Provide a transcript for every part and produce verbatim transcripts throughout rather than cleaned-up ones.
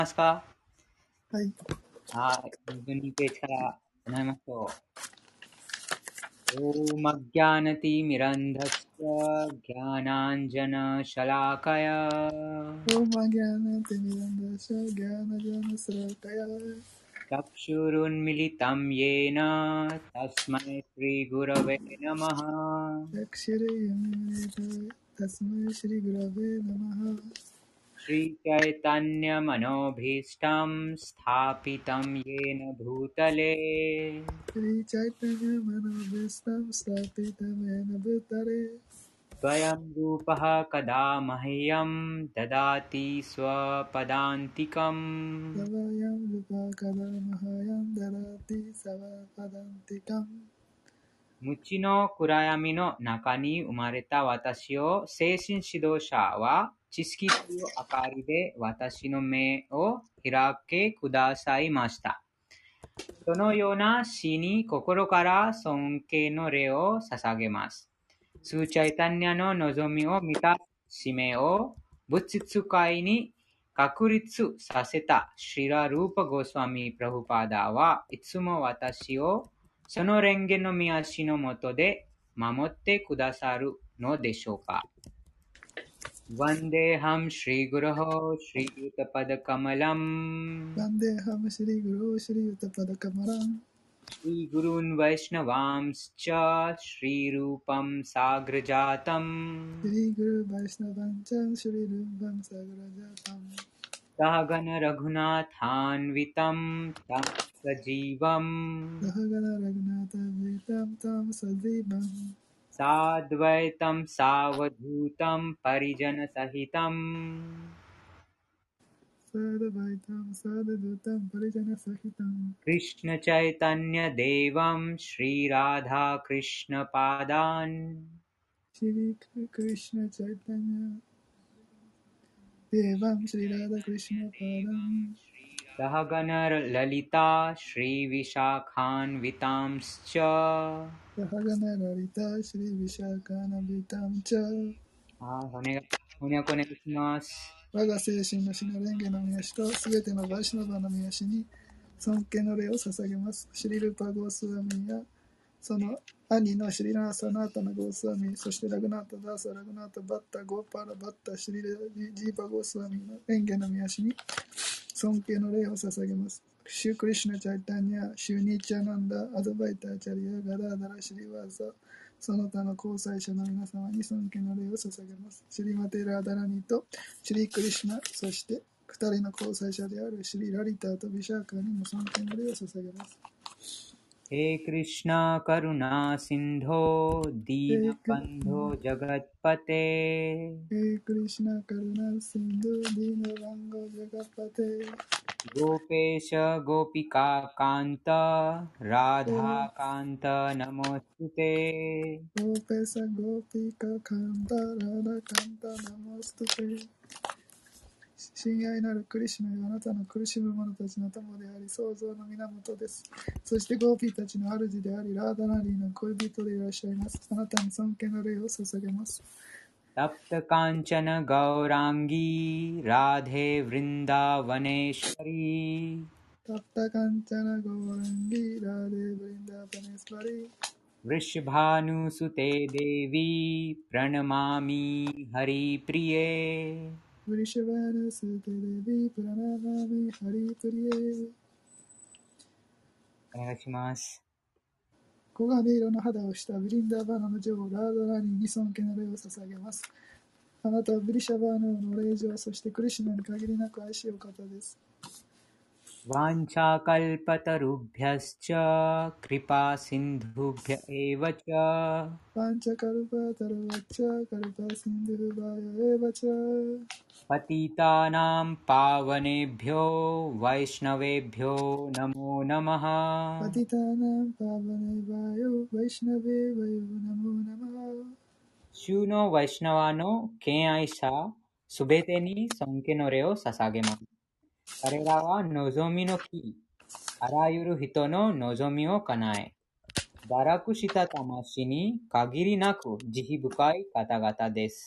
ますか？ はい。 はい。にじゅうにページから唱えましょう。オーマギャナティミランダスヤギャナンジャナシャラカヤオーマギャーナテミランダシャギャーナジャナスラカヤチャクシュルンミリタムイエナタスマイスリグラベナマハヤクシュレイヤミレタタスマイシリグラベナマハ श्री चैतन्य मनोभीष्टं स्थापितं येन भूतले シリチャイタニャマノベスタムスタピタメナブタレ स्वयं रूपः कदा मह्यं ददाति स्वपदान्तिकम् サバヤムルパカダマハヤンダラティサバパダンティカム無知の暗闇の中に生まれた私を精神指導者は知識という明かりで私の目を開けくださいました。そのような死に心から尊敬の礼を捧げます。スーチャイタニアの望みを満たす使命を物質界に確立させたシラ・ルーパ・ゴスワミ・プラフパーダはいつも私をその蓮華の御足のもとで守ってくださるのでしょうか。Vandeham Shri Guruho Shri Yutapadakamalam バンデハムシリグローシリユタパダカマラン Shri Gurun Vaishnavamscha Shri Rupam シ Sagrajatam リグルバイシナバンチャンシリルンバンサグラジャタム Sahagana Raghunathanvitam Tam Sajivam サハガナラグナタビタムタムサディバン Sadvaitam Savadhutam Parijana Sahitam サーダバイタムサーダドゥタムパリジャナサヒタム Krishna Chaitanya Devam Shri Radha Krishna Padan シリクリシナチャイタニャデーバンシリラーダクリシナパーダン Sahagana Lalita Shri Vishakhanvitamscha サハガナラリタシリビシャカナビタムチャはい、お願い、翻訳お願いします。 我が精神の死の蓮華の御足とすべてのバイシナバの御足に尊敬の礼を捧げます。シリルパゴースワミやその兄のシリラーサナータナゴースワミ、そしてラグナータダーサラグナータバッタゴーパラバッタシリラジーパゴースワミの蓮華の御足に尊敬の礼を捧げます。シュクリシュナチャイタニア、シュニチャナンダ、アドバイターチャリア、ガダーダラシリワーサ、その他の交際者の皆様に尊敬の礼を捧げます。シリマテラーダラニとシリクリシュナ、そして二人の交際者であるシリラリターとビシャーカーにも尊敬の礼を捧げます。 He Krishna Karuna Sindho Dina Bandho Jagatpate ヘイクリシュナカルナシンドゥディナバンゴジャガパテ Gopesha Gopika Kanta Radha Kanta Namostute ゴーペサゴーピカカンタラダカンタナモストテ親愛なるクリシュナよ、あなたの苦しむ者たちの友であり、創造の源です。そしてゴーピーたちの主であり、ラーダナリーの恋人でいらっしゃいます。あなたに尊敬の礼を捧げます。 Tapta Kanchana Gaurangi Radhe Vrindavaneshwari タッタカンチャナゴーランギーラーデーブリンダーパネスパリ Vrishabhanusute Devi Pranamami Haripriye ブリシュバーナステレビプラナマミハリプリエお願いします。 黄金色の肌をしたブリンダーバーナの女王ラーダラニーに尊敬の礼を捧げます。あなたはブリシャバーナーの霊場、そしてクリシュナに限りなく愛しよう方です。 Vanchakalpatarubhyascha kripa sindhubhya eva cha パンチャカルパタルバッチャカルパシンドゥルバヤエバチャ patitanam pavanebhyo vaishnavebhyo namo パ namaha ティタナンパバネバヨバイシナベバヨナモナマ衆のワイシナワの敬愛者すべてに尊敬の礼を捧げます。彼らは望みの木、あらゆる人の望みを叶え、堕落した魂に限りなく慈悲深い方々です。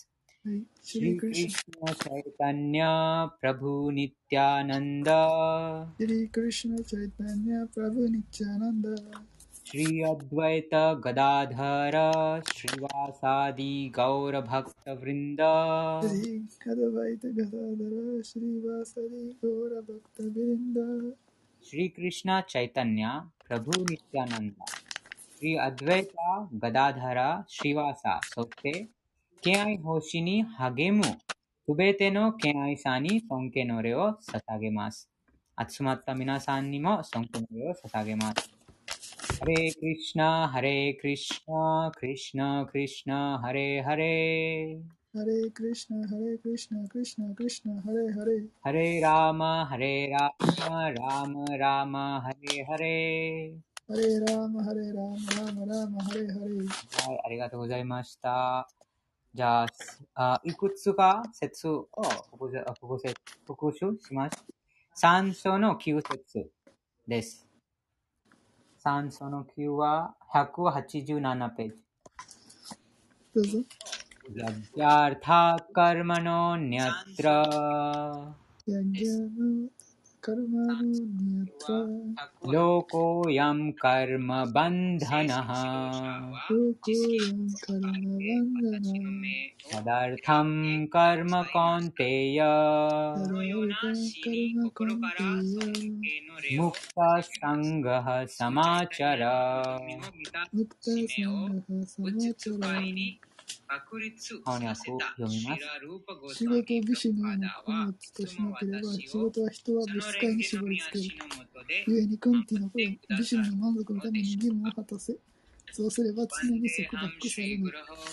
はい。シリ Shri ークリシュ Krishna Chaitanya Prabhu Nityananda ナ、シリークリシュナ、チャイタニア、プラブニッチャナンダ、 Shri Advaita Gadadhara Srivasadi Gaura Bhakta シ Vrinda リーカダバイタガダダラ、シリバサリゴーラバクタビリンダ、 Shri Krishna Chaitanya Prabhu Nityananda Shri Advaita Gadadhara Srivasa そして敬愛奉仕に励むすべての敬愛さんに尊敬の礼を捧げます。集まった皆さんにも尊敬の礼を捧げます。ハレークリシナ、ハレークリシナ、クリシナ、クリシナ、ハレーハレー。 ハレークリシュナ、ハレークリシュナ、クリシュナ、クリシュナ、ハレーハレー。 ハレーラーマ、ハレーラーマ、ラーマ、ラーマ、ハレーハレー。 ハレーラーマ、ハレーラーマ、ラーマ、ラーマ、ハレーハレー。 はい、ありがとうございました。じゃあ、あいくつか説を復習復習復習します。三章のきゅう節です。三章のきゅうはひゃくはちじゅうななページ。 どうぞ。 यज्ञार्था कर्मणो न्यत्र ヤギャのカルマのニヤトラ、 लोकोऽयं कर्म बन्धनः ロコヤンカルマバンダナ、 तदर्थं कर्म कौन्तेय タダルタカルマコンティヤ、 मुक्तसङ्गः समाचर ムクタサンガハサマチャラ、 翻訳を読みます。 仕事を武士のような供物としなければ、仕事は人は物質界に絞りつける。故にクンティの声、武士の満足のために義務を果たせ。そうすれば常に束縛される。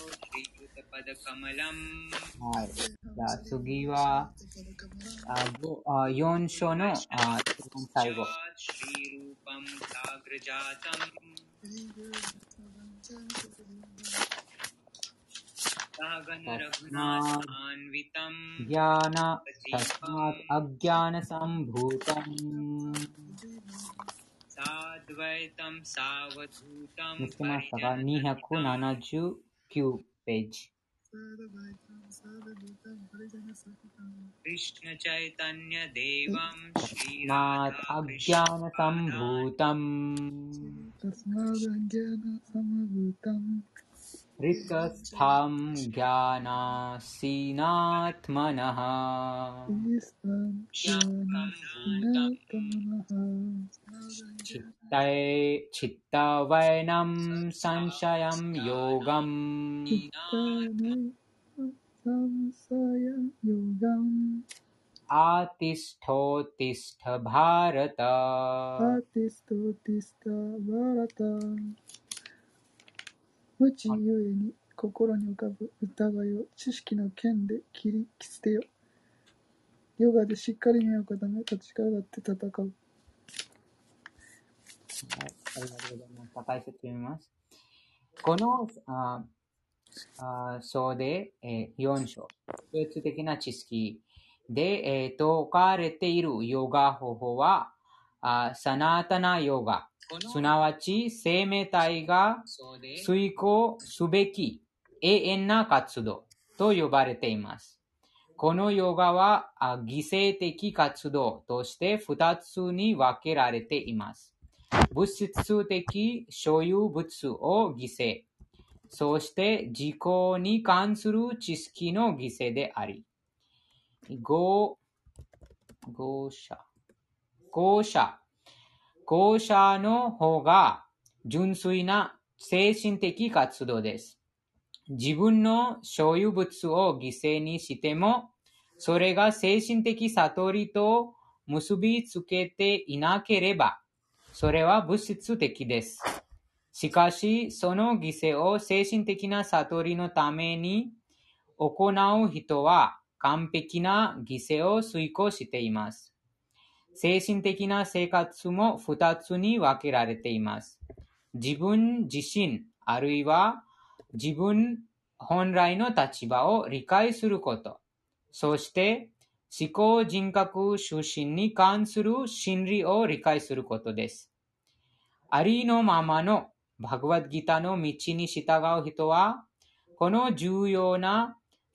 はい。じゃあ次はあごあよん章のあ一番最後。ज्ञान तस्मात् अज्ञानसम्भूतम् 見つけましたか？にひゃくななじゅうきゅうページ。तस्मात् अज्ञानसम्भूतम् रिक्तस्थं ज्ञानासीनात्मनः चित्तवैनं संशयं योगम् आतिष्ठोत्तिष्ठ भारत アーティスト、ティスタ、バラタ。無知ゆえに心に浮かぶ疑いを知識の剣で切り捨てよ。ヨガでしっかり目を固め、立ち上がって戦う。 はい、ありがとうございます。解説読みます。このああ章で、えー、よん章、共通的な知識で、えー、説かれているヨガ方法は、あサナータナヨガ、すなわち生命体が遂行すべき永遠な活動と呼ばれています。このヨガは犠牲的活動としてふたつに分けられています。物質的所有物を犠牲、そして自己に関する知識の犠牲であり、後者、後者、後者の方が純粋な精神的活動です。自分の所有物を犠牲にしても、それが精神的悟りと結びつけていなければ、それは物質的です。しかし、その犠牲を精神的な悟りのために行う人は完璧な犠牲を遂行しています。精神的な生活も二つに分けられています。自分自身、あるいは自分本来の立場を理解すること。そして、思考人格出身に関する真理を理解することです。ありのままのバグワッドギターの道に従う人は、この重要な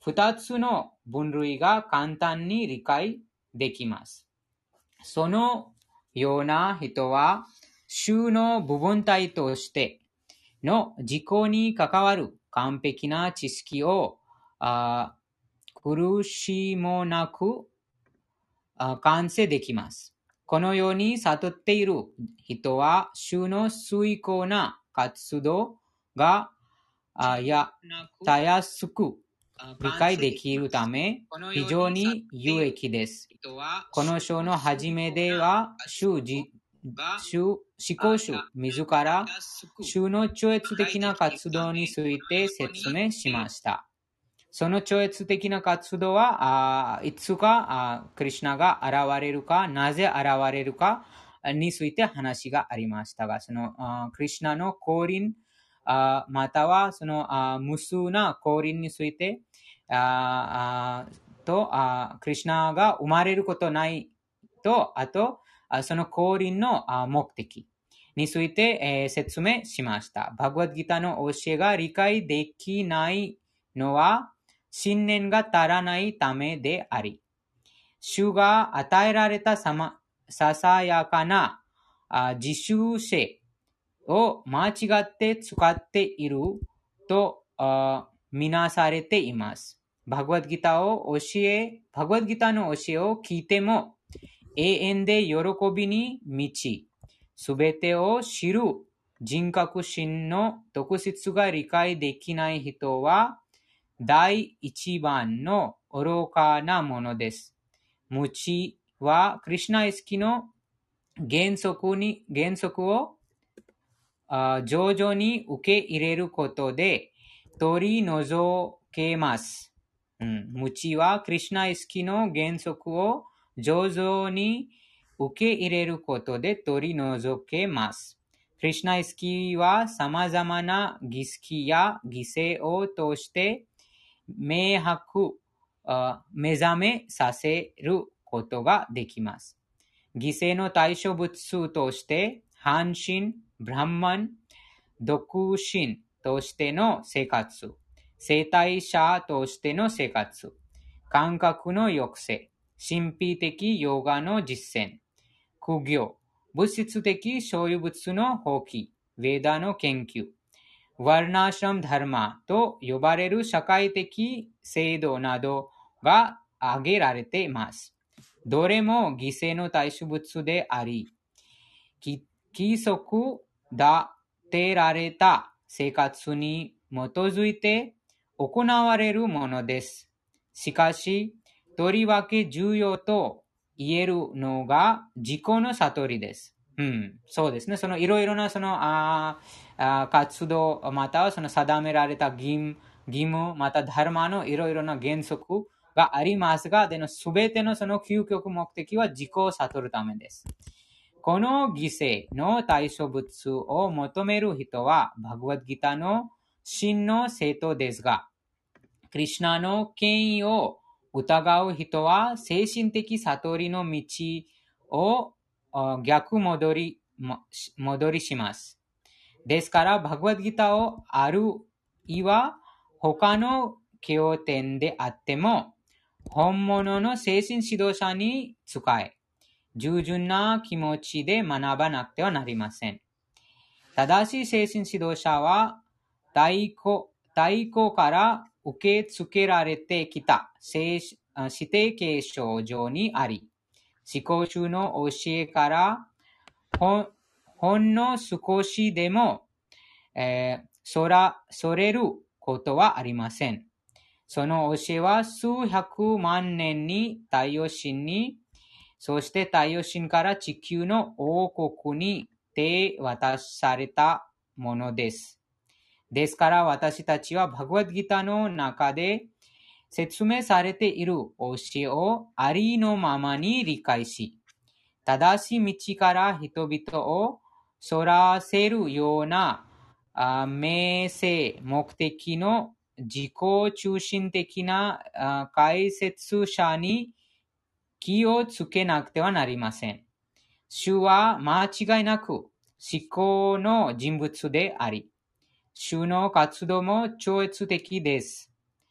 二つの分類が簡単に理解できます。そのような人は、主の部分体としての自己に関わる完璧な知識をあ苦しもなくあ完成できます。このように悟っている人は、主の崇高な活動があやたやすく理解できるため、非常に有益です。この章の初めでは、主自主思考主自ら主の超越的な活動について説明しました。その超越的な活動は、あいつかあクリシュナが現れるか、なぜ現れるかについて話がありましたが、そのあクリシュナの降臨、あまたはそのあ無数な降臨について、ああとあクリシュナが生まれることないと、あとあその降臨のあ目的について、えー説明しました。バグワッドギターの教えが理解できないのは、信念が足らないためであり、主が与えられたさま、ささやかなあ自主性を間違って使っているとあみなされています。バグワッドギターを教え、バグワッドギターの教えを聞いても永遠で喜びに満ち、すべてを知る人格心の特質が理解できない人は、第一番の愚かなものです。無知はクリシュナ意識の原則に原則をあ徐々に受け入れることで取り除けます。うん、無知はクリシュナ意識の原則を徐々に受け入れることで取り除けます。クリシュナ意識は様々な儀式や犠牲を通して明白、あ目覚めさせることができます。犠牲の対象物として、半身、ブランマン、独身としての生活、生体者としての生活、感覚の抑制、神秘的ヨガの実践、苦行、物質的所有物の放棄、ヴェダの研究、ワルナーシャムダルマと呼ばれる社会的制度などが挙げられています。どれも犠牲の対象物であり、規則立てられた生活に基づいて行われるものです。しかし、とりわけ重要と言えるのが自己の悟りです。うん、そうですね。そのいろいろなそのああ活動、またはその定められた義務、義務またダルマのいろいろな原則がありますが、でのすべてのその究極目的は自己を悟るためです。この犠牲の対象物を求める人は、バグワッドギターの真の生徒ですが、クリシュナの権威を疑う人は、精神的悟りの道を逆戻り、戻りします。ですから、バグワッドギターをあるいは他の経典であっても、本物の精神指導者に使え、従順な気持ちで学ばなくてはなりません。正しい精神指導者は、太古、太古から受け付けられてきた指定継承上にあり、思考主の教えからほん、ほんの少しでも、えー、そら、それることはありません。その教えは数百万年に太陽神に、そして太陽神から地球の王国に手渡されたものです。ですから私たちはバグワッドギターの中で説明されている教えをありのままに理解し、正しい道から人々をそらせるような名声、目的の自己中心的な解説者に気をつけなくてはなりません。主は間違いなく思考の人物であり、主の活動も超越的です。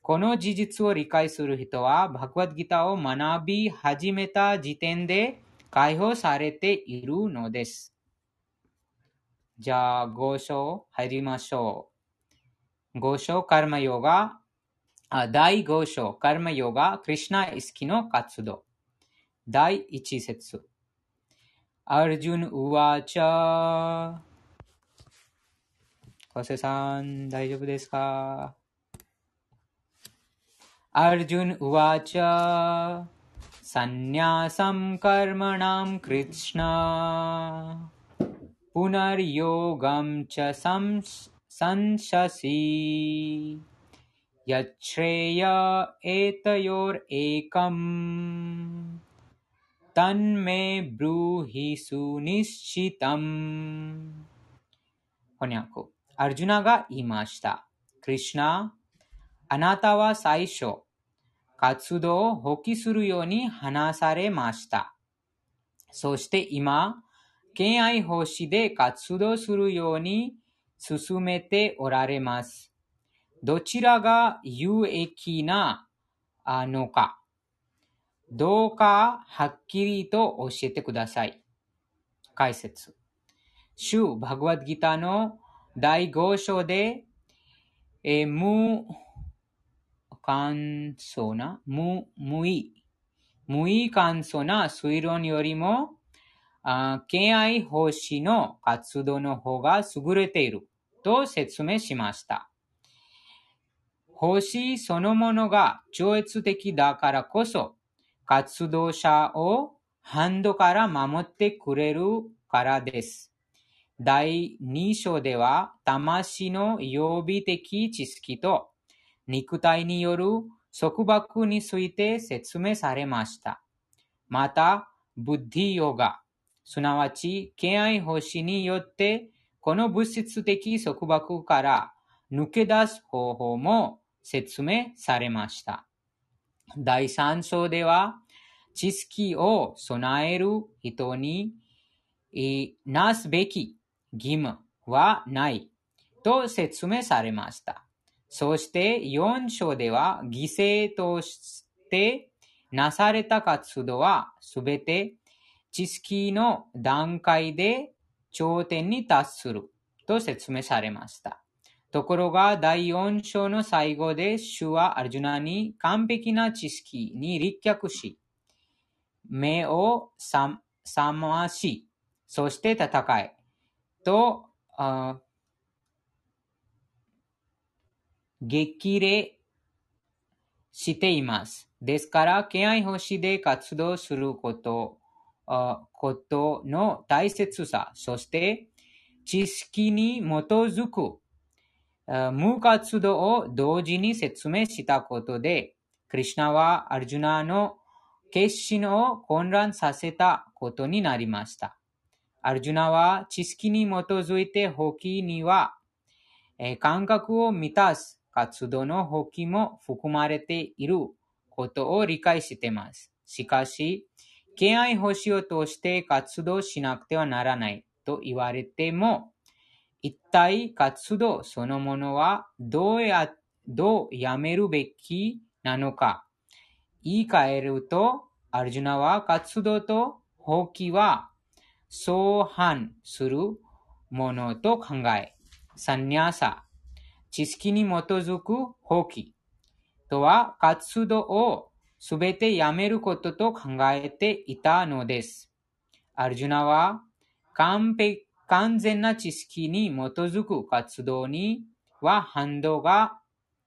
この事実を理解する人は、バグワッドギターを学び始めた時点で解放されているのです。じゃあ、ご章入りましょう。ご章、カルマヨガ。だいご章、カルマヨガ、クリシュナ意識の活動。だいいち節。アルジュン・ウワチャ。小瀬さん、大丈夫ですか？アルジュン・ウワチャ。サンニャサム・カルマナム・クリシュナ。プナリヨガム・チャサム・サンシャシ。ヤチレヤ・エタヨル・エカム。タンメ・ブルヒ・スニシタム。翻訳。アルジュナが言いました。クリシュナ、あなたは最初、活動を放棄するように話されました。そして今、敬愛奉仕で活動するように進めておられます。どちらが有益なのか、どうかはっきりと教えてください。解説。シュ・バグワッドギターのだいご章で、えー、無簡素な、無、無意、無意簡素な推論よりも、あ敬愛奉仕の活動の方が優れていると説明しました。奉仕そのものが超越的だからこそ、活動者をハンドから守ってくれるからです。だいに章では、魂の予備的知識と肉体による束縛について説明されました。また、ブッディヨガ、すなわち敬愛奉仕によってこの物質的束縛から抜け出す方法も説明されました。だいさん章では、知識を備える人になすべき義務はないと説明されました。そしてよん章では、犠牲としてなされた活動はすべて知識の段階で頂点に達すると説明されました。ところがだいよん章の最後で、主はアルジュナに完璧な知識に立脚し、目を覚まし、そして戦えと激励しています。ですから、敬愛奉仕で活動すること、ことの大切さ、そして知識に基づく無活動を同時に説明したことで、クリシュナはアルジュナの決心を混乱させたことになりました。アルジュナは知識に基づいて放棄には、えー、感覚を満たす活動の放棄も含まれていることを理解しています。しかし、敬愛奉仕を通して活動しなくてはならないと言われても、一体活動そのものはどうや、どうやめるべきなのか。言い換えると、アルジュナは活動と放棄は相反するものと考え、サンニャーサ、知識に基づく放棄とは活動をすべてやめることと考えていたのです。アルジュナは完璧完全な知識に基づく活動には反動が、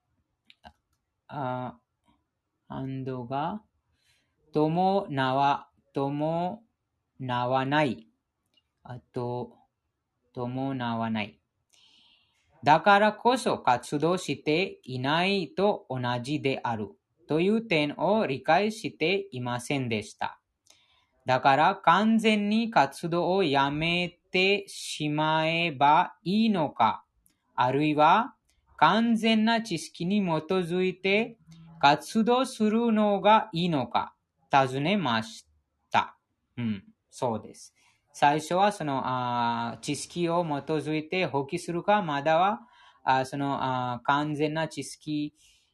あ反動が伴わ、伴わない。あと、伴わない。だからこそ活動していないと同じであるという点を理解していませんでした。だから完全に活動をやめてしまえばいいのか、あるいは完全な知識に基づいて活動するのがいいのか尋ねました。うん、そうです。最初はそのあ知識を基づいて放棄するか、まだはあそのあ完全な知識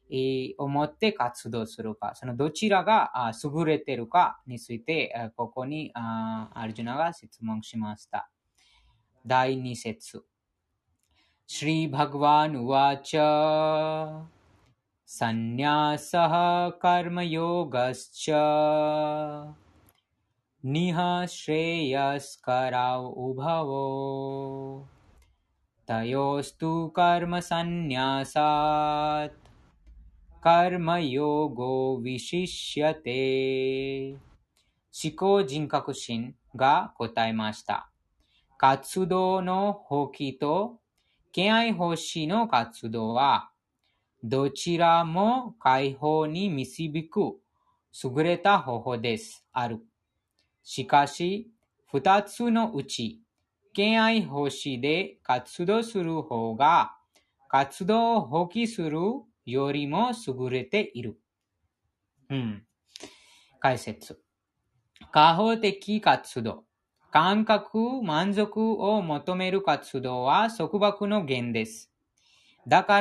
を持って活動するか、そのどちらが優れているかについて、ここにアルジュナが質問しました。だいに節。シリバグワンウワチャサンニャサハカルマヨガスチャニハシレヤスカラウバヴォタヨストカルマサンニャサーカルマヨゴヴィシシャテ思考人格心が答えました。活動の放棄と敬愛奉仕の活動はどちらも解放に導く優れた方法です。ある。しかし、二つのうち、敬愛奉仕で活動する方が活動を放棄するよりも優れている。うん。解説。過方的活動。感覚、満足を求める活動は束縛の源です。だから、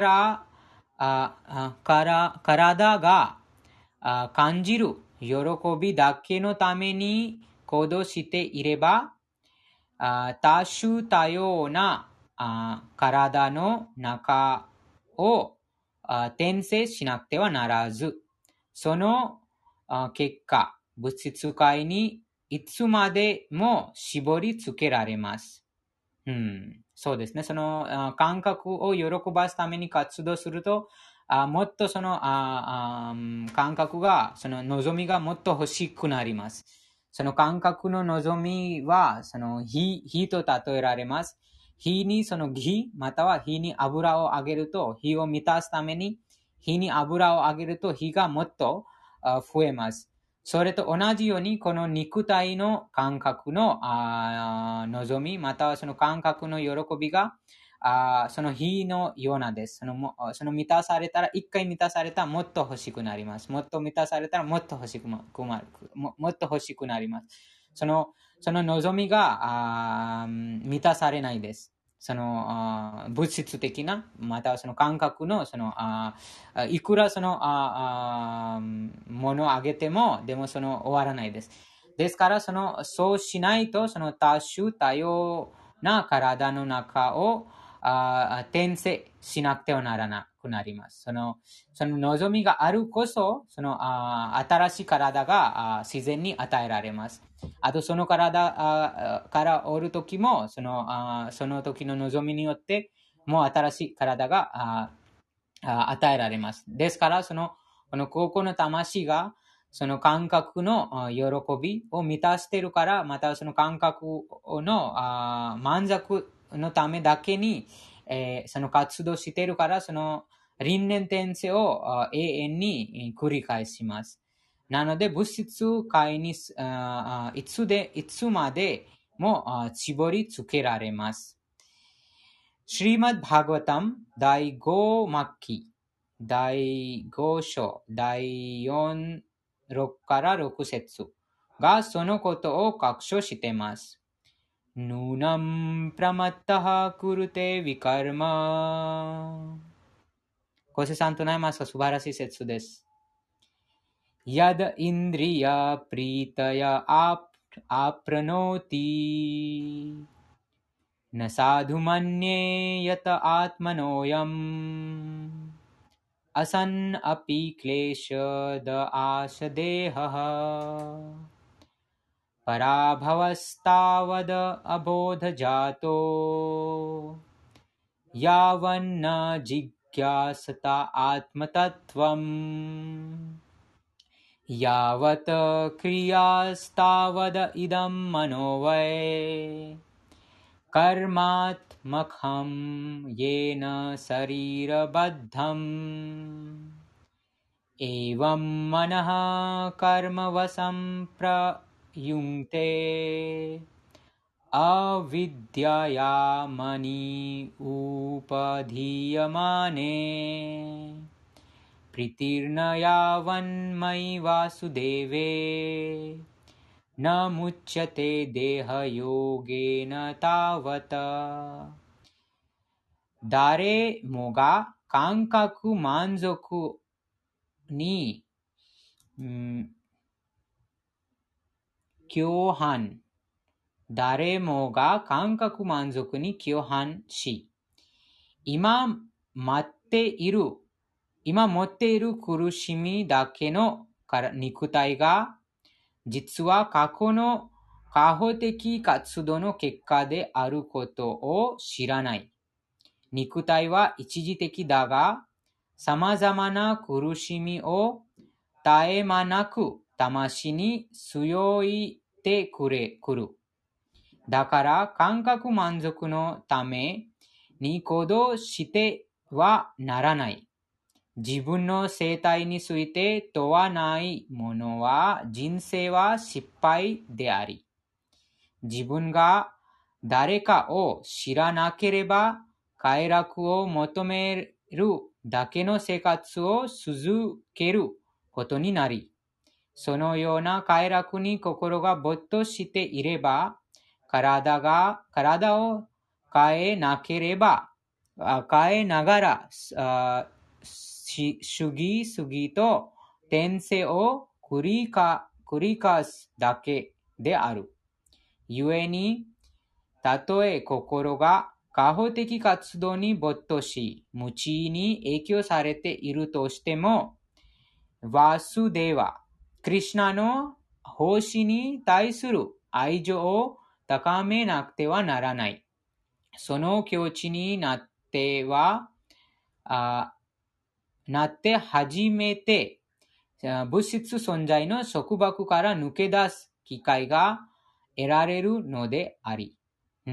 ああから体があ感じる喜びだけのために行動していれば、あ多種多様なあ体の中をあ転生しなくてはならず、そのあ結果、物質界にいつまでも絞りつけられます。うん、そうですね。そのあ感覚を喜ばすために活動すると、あもっとそのああ感覚が、その望みがもっと欲しくなります。その感覚の望みは、その火、火と例えられます。火にその火、または火に油をあげると、火を満たすために、火に油をあげると火がもっとあ増えます。それと同じように、この肉体の感覚のあ望み、またはその感覚の喜びが、あその火のようなです。そのもその満たされたら、一回満たされたらもっと欲しくなります。もっと満たされたらもっと欲しくなる。ももっと欲しくなります。そのその望みがあ満たされないです。その物質的な、またはその感覚の、そのあいくらそのああものをあげても、でもその終わらないです。ですから、そのそうしないと、その多種多様な体の中をあ転生しなくてはならなくなります。そのその望みがあるこそ、そのあ新しい体があ自然に与えられます。あと、その体あからおるときも、そのあその時の望みによって、もう新しい体がああ与えられます。ですから、そのこの高校の魂が、その感覚の喜びを満たしているから、またその感覚のあ満足のためだけに、えーその活動しているから、その輪廻転生をあ永遠に繰り返します。なので、物質界にあいつで、いつまでもあ絞りつけられます。シリマッド・バーガヴァタムだいご末期だいご章だいよん、ろくからろく節がそのことを確証しています。ヌーナムプラマッタハクルテヴィカルマ。ご清聴となりますか？素晴らしい説です。यद इंद्रिय प्रीतय आप्नोति न साधु मन्ये यत आत्मनोऽयम् असन् अपि क्लेशद आशदेहः पराभवस्तावद अबोधजातो यावन्न जिज्ञासता आत्मतत्त्वम् यावत् क्रियास्तावद इदं मनो वै कर्मात्मकं येन शरीरबद्धम् एवं मनः कर्मवशं प्रयुङ्क्ते अविद्यया मनि उपधीयमाने प्रीतिर्न यावन्मयि वासुदेवे न मुच्यते देहयोगेन तावत् 誰もが感覚満足に、うん、共犯、誰もが感覚満足に共犯し、今待っている、今持っている苦しみだけの肉体が、実は過去の過保的活動の結果であることを知らない。肉体は一時的だが、様々な苦しみを絶え間なく魂に強いてくれ、くる。だから感覚満足のために行動してはならない。自分の生態について問わないものは人生は失敗であり、自分が誰かを知らなければ快楽を求めるだけの生活を続けることになり、そのような快楽に心が没頭していれば、体が、体を変えなければ、変えながら、主義主義と転生を繰りか繰り返すだけである。故に、たとえ心が過保的活動に没頭し、無知に影響されているとしても、ワスデーワ、クリシュナの奉仕に対する愛情を高めなくてはならない。その境地になっては、あなって初めて物質存在の束縛から抜け出す機会が得られるのであり。うん、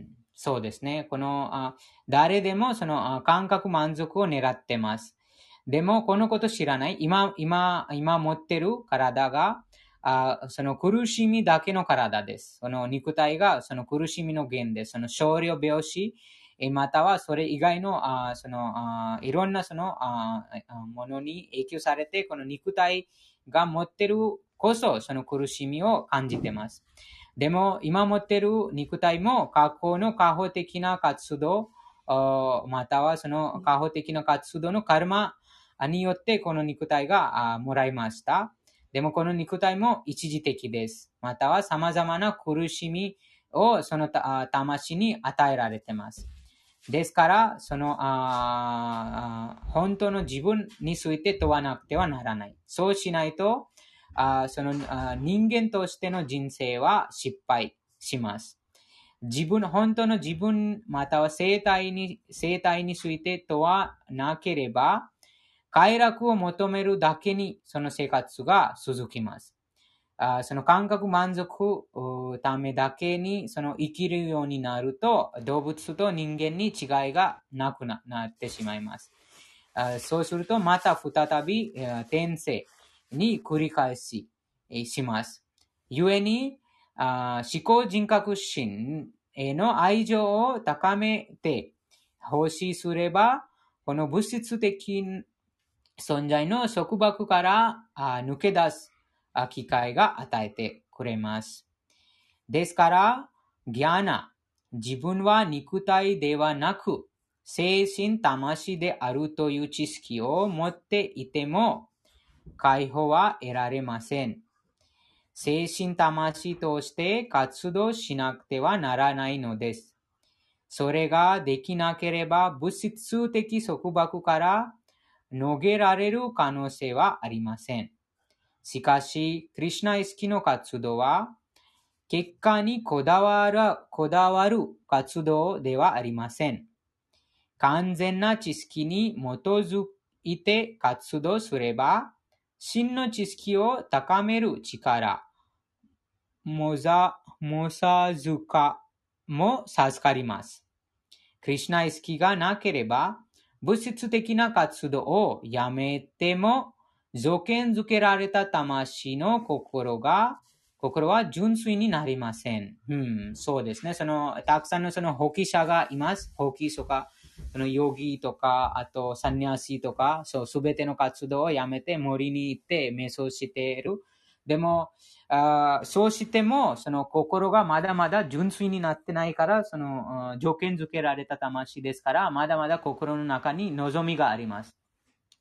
そうですね。このあ誰でもその感覚満足を狙ってます。でも、このこと知らない。今、今、今持ってる体が、あその苦しみだけの体です。その肉体がその苦しみの源です。その少量病死、またはそれ以外の、あそのあいろんなそのあものに影響されて、この肉体が持ってるこそ、その苦しみを感じています。でも、今持っている肉体も過去の過保的な活動、またはその過保的な活動のカルマによってこの肉体がもらいました。でもこの肉体も一時的です。または様々な苦しみをその魂に与えられています。ですから、そのあ本当の自分について問わなくてはならない。そうしないと、あそのあ人間としての人生は失敗します。自分、本当の自分、または生態に、生態について問わなければ、快楽を求めるだけにその生活が続きます。あその感覚満足ためだけにその生きるようになると、動物と人間に違いがなく な, なってしまいます。あそうすると、また再び転生に繰り返しします。故に、あ思考人格心への愛情を高めて奉仕すれば、この物質的存在の束縛から抜け出す機会が与えてくれます。ですから、ギャナ、自分は肉体ではなく、精神魂であるという知識を持っていても、解放は得られません。精神魂として活動しなくてはならないのです。それができなければ、物質的束縛から逃げられる可能性はありません。しかし、クリシュナ意識の活動は、結果にこだわる、こだわる活動ではありません。完全な知識に基づいて活動すれば、真の知識を高める力、もざ、もさずかも授かります。クリシュナ意識がなければ、物質的な活動をやめても、条件づけられた魂の心が、心は純粋になりません。うん、そうですね。その、たくさんのその、法規者がいます。法規とか、その、ヨギとか、あと、サンニャシとか、そう、すべての活動をやめて森に行って瞑想している。でも、あそうしても、その心がまだまだ純粋になってないから、その条件づけられた魂ですから、まだまだ心の中に望みがあります。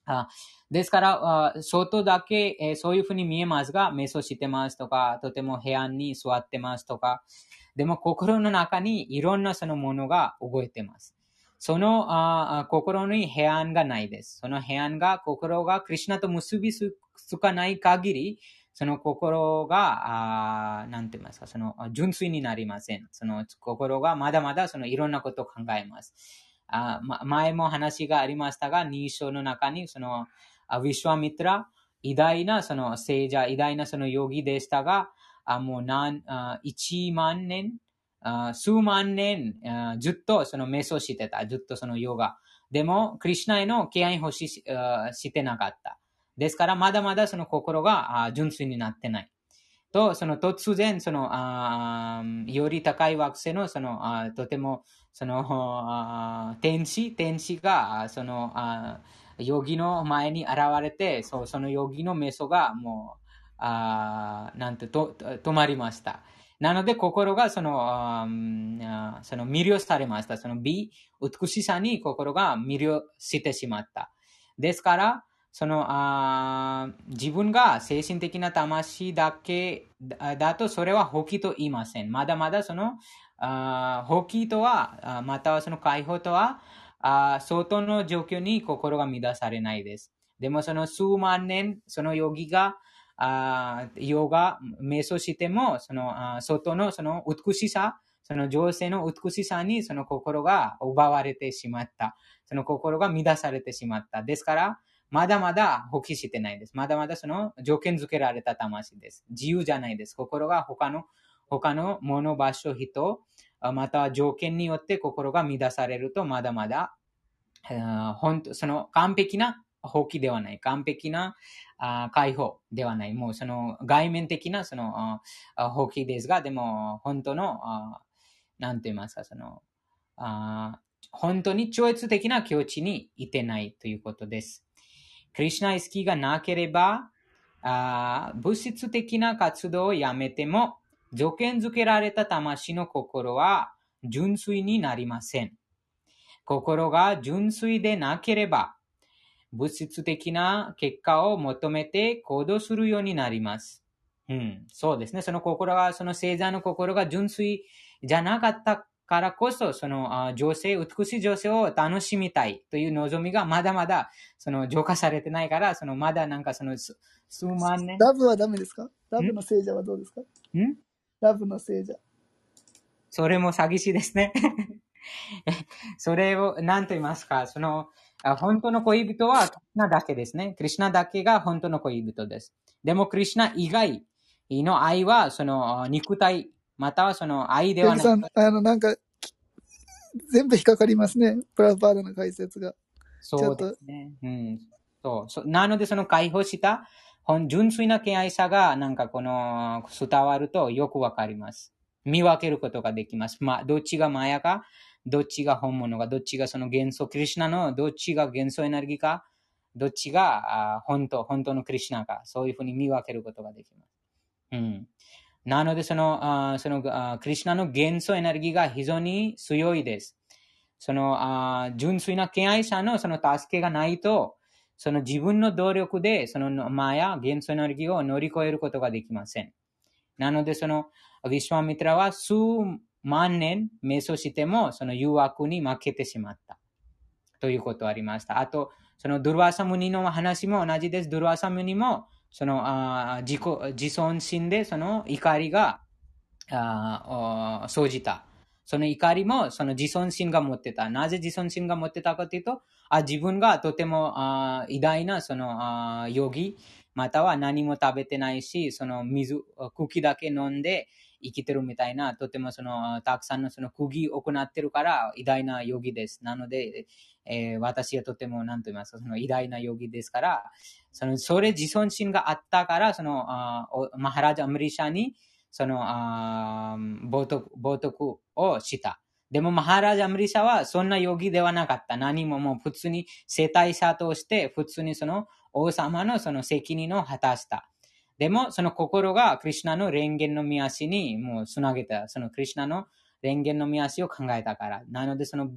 あですから、あ外だけ、えーそういうふうに見えますが、瞑想してますとか、とても部屋に座ってますとか、でも心の中にいろんなそのものが動いてます。そのああ心に平安がないです。その平安が、心がクリシュナと結びつかない限り、その心が、あなんて言いますか、その純粋になりません。その心がまだまだそのいろんなことを考えます。あま、前も話がありましたが、に章の中に、その、あウィシュワミトラ、偉大なその聖者、偉大なそのヨギでしたが、あもう何、あ一万年、あ数万年あ、ずっとその瞑想してた。ずっとそのヨガ。でも、クリシュナへの敬愛をしあしてなかった。ですから、まだまだその心があ純粋になってない。と、その突然、その、あより高い惑星の、その、あとても、その、あ天使、天使が、あその、あヨギの前に現れて、そう、そのヨギの瞑想がもう、あなんてと、止まりました。なので、心がその、ああその魅了されました。その美、美しさに心が魅了してしまった。ですから、そのあ自分が精神的な魂だけだだと、それは放棄と言いません。まだまだそのあ放棄とは、あまたはその解放とは、あ相当の状況に心が乱されないです。でもその数万年、そのヨギが、あヨガ、瞑想しても、そのあ外のその美しさ、その情勢の美しさにその心が奪われてしまった。その心が乱されてしまった。ですから、まだまだ放棄してないです。まだまだその条件付けられた魂です。自由じゃないです。心が他の、他の物、場所、人、または条件によって心が乱されると、まだまだ、本当その完璧な放棄ではない。完璧なあ解放ではない。もうその外面的なそのあ放棄ですが、でも本当の、あなんて言いますか、そのあ本当に超越的な境地にいてないということです。クリシュナ意識がなければ、あ物質的な活動をやめても、条件付けられた魂の心は純粋になりません。心が純粋でなければ、物質的な結果を求めて行動するようになります。うん、そうですね。その心が、その聖者の心が純粋じゃなかったからこそ、その女性、美しい女性を楽しみたいという望みがまだまだその浄化されてないから、そのまだなんかその数万年。 ラブはダメですか？ラブの聖者はどうですか？ んラブの聖者。 それも詐欺師ですね。それを、何と言いますか、その、本当の恋人はクリシュナだけですね。クリシュナだけが本当の恋人です。でも、クリシュナ以外の愛は、その、肉体、またはその愛ではない。 ペグさん、あの、なんか、全部引っかかりますね。プラパーダの解説が。 そうですね。うん。そうそなので、その解放した、純粋な敬愛さが、なんかこの、伝わるとよくわかります。見分けることができます。まあ、どっちがマヤか、どっちが本物か、どっちがその元素、クリシュナのどっちが元素エネルギーか、どっちがあ本当、本当のクリシュナか、そういうふうに見分けることができます。うん。なので、その、あそのあクリシュナの元素エネルギーが非常に強いです。その、あ純粋な敬愛者のその助けがないと、その自分の努力で、そのマヤ、元素エネルギーを乗り越えることができません。なので、その、ウィシュワミトラは数万年瞑想しても、その誘惑に負けてしまった。ということがありました。あと、そのドゥルワサムニの話も同じです。ドゥルワサムニも、その、あ自己、自尊心で、その怒りが、あ生じた。その怒りも、その自尊心が持ってた。なぜ自尊心が持ってたかというと、あ自分がとてもあ偉大な、その、あヨギ、または何も食べてないし、その水、茎だけ飲んで生きてるみたいな、とてもその、たくさんのその釘を行ってるから、偉大なヨギです。なので、えー、私はとても、なんと言いますか、その偉大なヨギですから、その、それ自尊心があったから、その、あマハラジャ・アムリシャに、その、あ冒涜、冒涜をした。でも、マハラジャ・アムリシャはそんなヨギではなかった。何ももう普通に世帯者として、普通にその王様のその責任を果たした。でも、その心がクリシュナの蓮華の御足にもうつなげた。そのクリシュナの蓮華の御足を考えたから。なので、その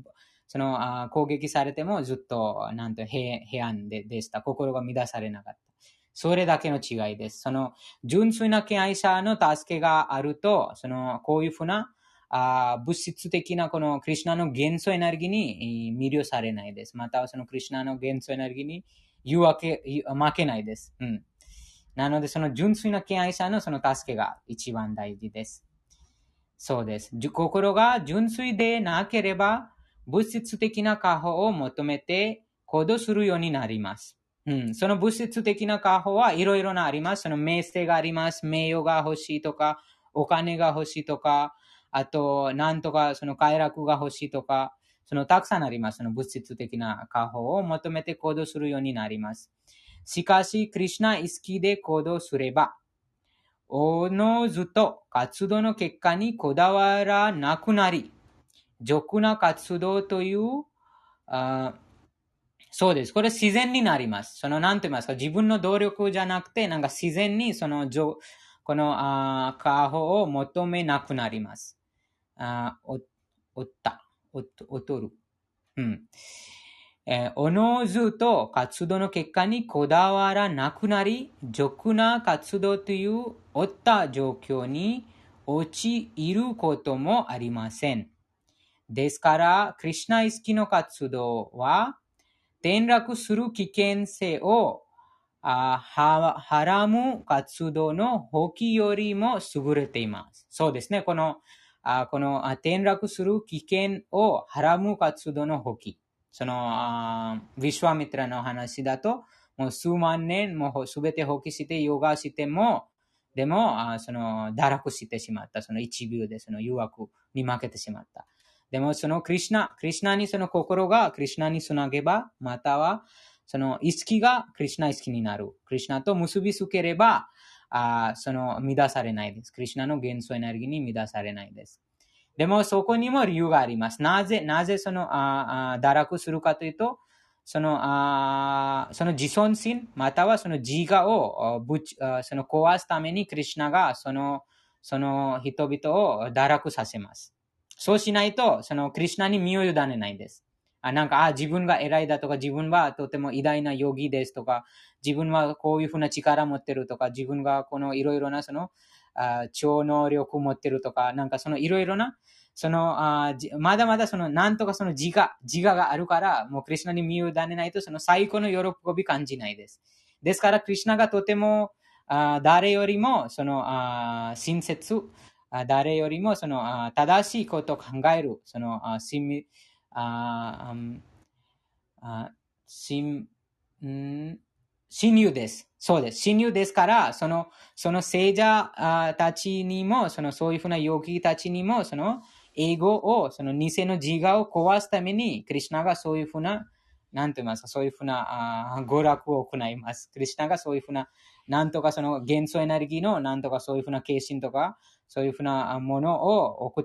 そのあ攻撃されてもずっと、なんと平平安ででした。心が乱されなかった。それだけの違いです。その純粋な敬愛者の助けがあると、そのこういうふうなあ物質的なこのクリシュナの元素エネルギーに魅了されないです。またはそのクリシュナの元素エネルギーに誘惑負けないです。うん。なので、その純粋な敬愛者のその助けが一番大事です。そうです。心が純粋でなければ、物質的な過保を求めて行動するようになります。うん、その物質的な過保はいろいろなあります。その名声があります。名誉が欲しいとか、お金が欲しいとか、あと、なんとかその快楽が欲しいとか、そのたくさんあります。その物質的な過保を求めて行動するようになります。しかし、クリシュナ意識で行動すれば、おのずと活動の結果にこだわらなくなり、俗な活動という、あそうです。これ自然になります。その、なんて言いますか、自分の努力じゃなくて、なんか自然にその、この、あ過保を求めなくなります。あお、おった、お、おとる。うん。えー、おのずと活動の結果にこだわらなくなり、俗な活動というおった状況に陥ることもありません。ですから、クリシュナ意識の活動は、転落する危険性をあははらむ活動の放棄よりも優れています。そうですね。この、あこのあ転落する危険をはらむ活動の放棄。その、あヴィシュワミトラの話だと、もう数万年もすべて放棄してヨガしても、でも、あその、堕落してしまった。その一秒でその誘惑に負けてしまった。でも、そのクリシュナ、クリシュナにその心がクリシュナにつなげば、または、その意識がクリシュナ意識になる。クリシュナと結びつければ、あその乱されないです。クリシュナの元素エネルギーに乱されないです。でもそこにも理由があります。なぜ、なぜそのああ堕落するかというと、そのあその自尊心、またはその自我をぶちその壊すためにクリシュナがそのその人々を堕落させます。そうしないと、そのクリシュナに身を委ねないです。あなんかあ、自分が偉いだとか、自分はとても偉大なヨギですとか、自分はこういうふうな力持ってるとか、自分がこのいろいろなそのあ超能力持ってるとか、なんかそのいろいろな、そのあまだまだそのなんとかその自我、自我があるから、もうクリシュナに身を委ねないと、その最高の喜び感じないです。ですから、クリシュナがとてもあ誰よりもそのあ親切、誰よりもその正しいことを考える、その親ああ親ん親友です。そうです。親友ですから、その、その聖者たちにも、その、そういうふうなヨギたちにも、その、英語を、その、偽の自我を壊すために、クリシュナがそういうふうな、なんて言いますか、そういうふうな、あ娯楽を行います。クリシュナがそういうふうな、なんとかその元素エネルギーの、なんとかそういうふうな化身とか、そういうふうなものを送って、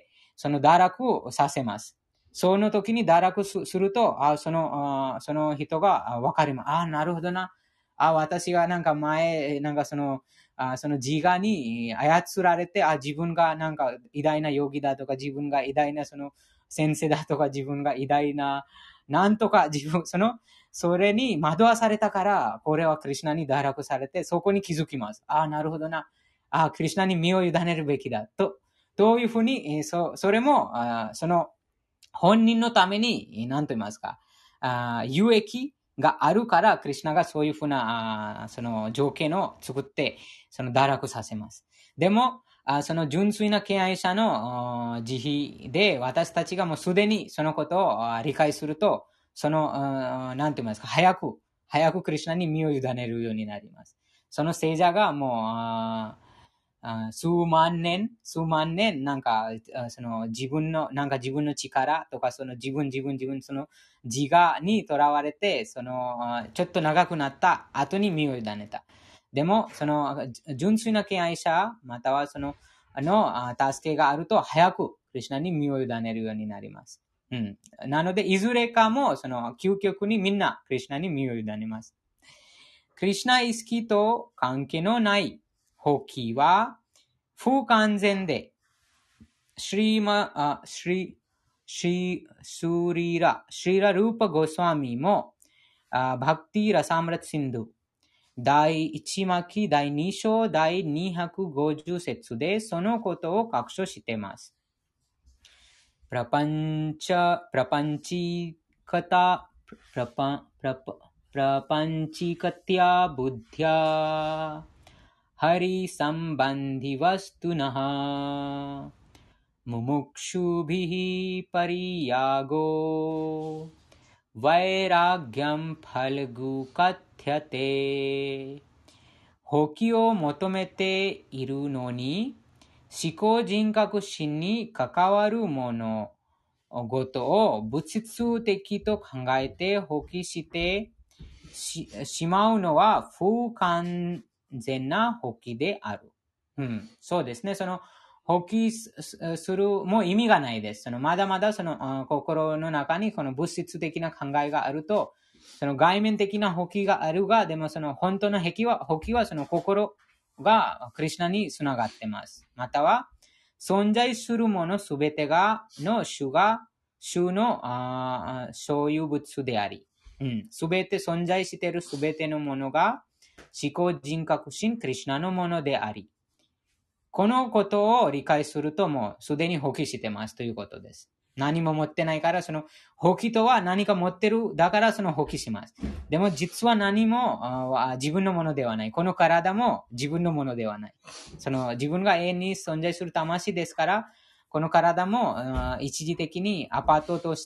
その堕落をさせます。その時に堕落すると、あそのあその人が分かります。あなるほどな。あ私がなんか前、なんかその、あその自我に操られて、あ自分がなんか偉大なヨギだとか、自分が偉大なその先生だとか、自分が偉大な、なんとか自分、その、それに惑わされたから、これはクリシュナに堕落されて、そこに気づきます。あなるほどな。あクリシュナに身を委ねるべきだ。と、どういうふうに、そそれも、あその、本人のために、何と言いますか、あ有益があるから、クリシュナがそういうふうな、あその条件を作って、その堕落させます。でも、あその純粋な敬愛者の慈悲で、私たちがもうすでにそのことを理解すると、その、何と言いますか、早く、早くクリシュナに身を委ねるようになります。その聖者がもう、数万年、数万年、なんか、その自分の、なんか自分の力とか、その自分、自分、自分、その自我にとらわれて、その、ちょっと長くなった後に身を委ねた。でも、その、純粋な敬愛者、またはその、あの、助けがあると、早く、クリシュナに身を委ねるようになります。うん。なので、いずれかも、その、究極にみんな、クリシュナに身を委ねます。クリシュナ意識と関係のない放棄は不完全で、シリマ、あ、シリ、 シーリラ、シーラ・ルーパ・ゴスワミも、バクティ・ラサムラツ・シンドゥ、だいいち巻だいに章だいにひゃくごじゅう節でそのことを確証しています。プラパンチャ、プラパンチカタ、プラパン、プラパ、プラパンチカティア・ブッディア、ハリ・サンバンディ・ワストゥナハ、ムムクシュビヒ・パリヤゴ、वैराग्यम फलगु कथ्यते。法規を求めているのに、思考人格心に関わるものごとを物質的と考えて放棄して し, しまうのは不完全な放棄である。うん、そうですね。その放棄するも意味がないです。そのまだまだその心の中にこの物質的な考えがあると、その外面的な放棄があるが、でもその本当の放棄は、放棄はその心がクリシュナにつながっています。または、存在するものすべてが、の主が、主の所有物であり、すべ、うん、て存在しているすべてのものが、思考人格心クリシュナのものであり、このことを理解するともうすでに放棄してますということです。何も持ってないから、その放棄とは何か持ってる、だからその放棄します。でも実は何も自分のものではない。この体も自分のものではない。その自分が永遠に存在する魂ですから、この体も一時的にアパートとして、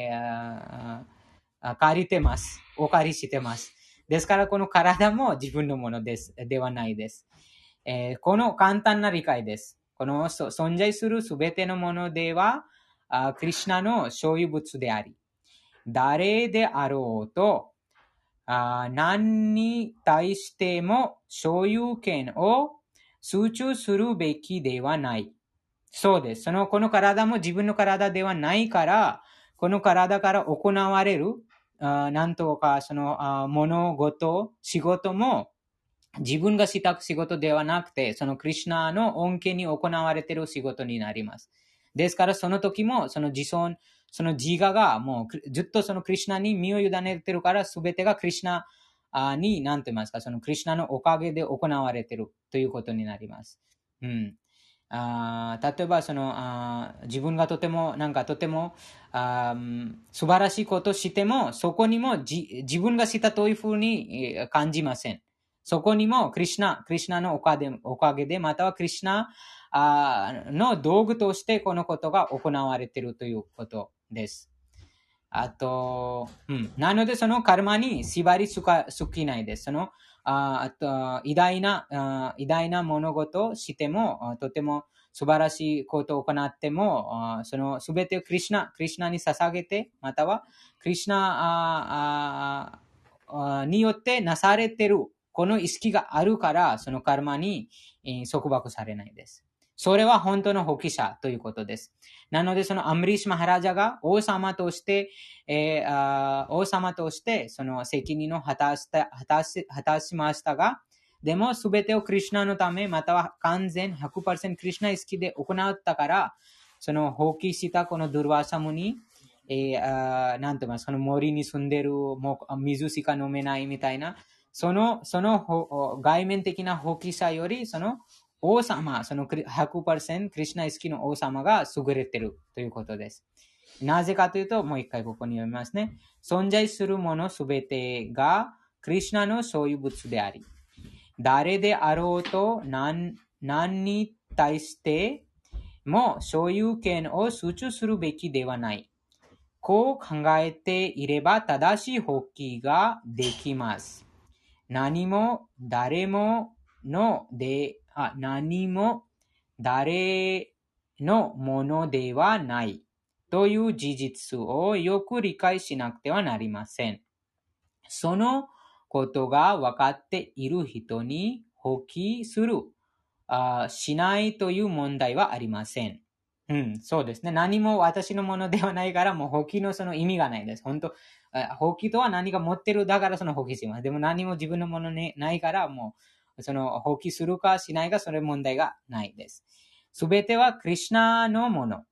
えー、借りてます。お借りしてます。ですからこの体も自分のものです。ではないです。えー、この簡単な理解です。この存在するすべてのものでは、クリシュナの所有物であり、誰であろうと、あ何に対しても所有権を集中するべきではない。そうです。その、この体も自分の体ではないから、この体から行われる、あなんとかそのあ物事、仕事も、自分がした仕事ではなくて、そのクリシュナの恩恵に行われている仕事になります。ですからその時も、その自尊、その自我がもうずっとそのクリシュナに身を委ねているから、すべてがクリシュナに、何と言いますか、そのクリシュナのおかげで行われているということになります。うん。あ例えばそのあ自分がとてもなんかとてもあ素晴らしいことをしても、そこにもじ自分がしたというふうに感じません。そこにもクリシュナ、クリシュナのおかげで、おかげでまたはクリシュナの道具としてこのことが行われているということです。あと、うん、なのでそのカルマに縛りすぎないです。そのああと偉大なあ偉大な物事をしても、とても素晴らしいことを行っても、そのすべてをクリシュナ、クリシュナに捧げて、またはクリシュナああによってなされているこの意識があるから、そのカルマに束縛されないです。それは本当の放棄者ということです。なので、そのアムリーシュ・マハラジャが王様として、えー、あ王様として、その責任を果たした、果たし、果たしましたが、でも、すべてをクリシュナのため、または完全 ひゃくパーセント クリシュナ意識で行ったから、その放棄したこのドゥルワサムに、えー、あなんて言います、その森に住んでる、もう水しか飲めないみたいな、その、その外面的な放棄者より、その王様、その ひゃくパーセント クリシュナ意識の王様が優れているということです。なぜかというと、もう一回ここに読みますね。存在するものすべてがクリシュナの所有物であり、誰であろうと 何, 何に対しても所有権を集中するべきではない。こう考えていれば正しい放棄ができます。何も誰もので、あ、何も誰のものではないという事実をよく理解しなくてはなりません。そのことが分かっている人に放棄する、あしないという問題はありません。うん、そうですね。何も私のものではないから、もう放棄のその意味がないです。本当、放棄とは何か持ってるだからその放棄します。でも何も自分のものにないから、もうその放棄するかしないか、それ問題がないです。すべてはクリシュナのもの。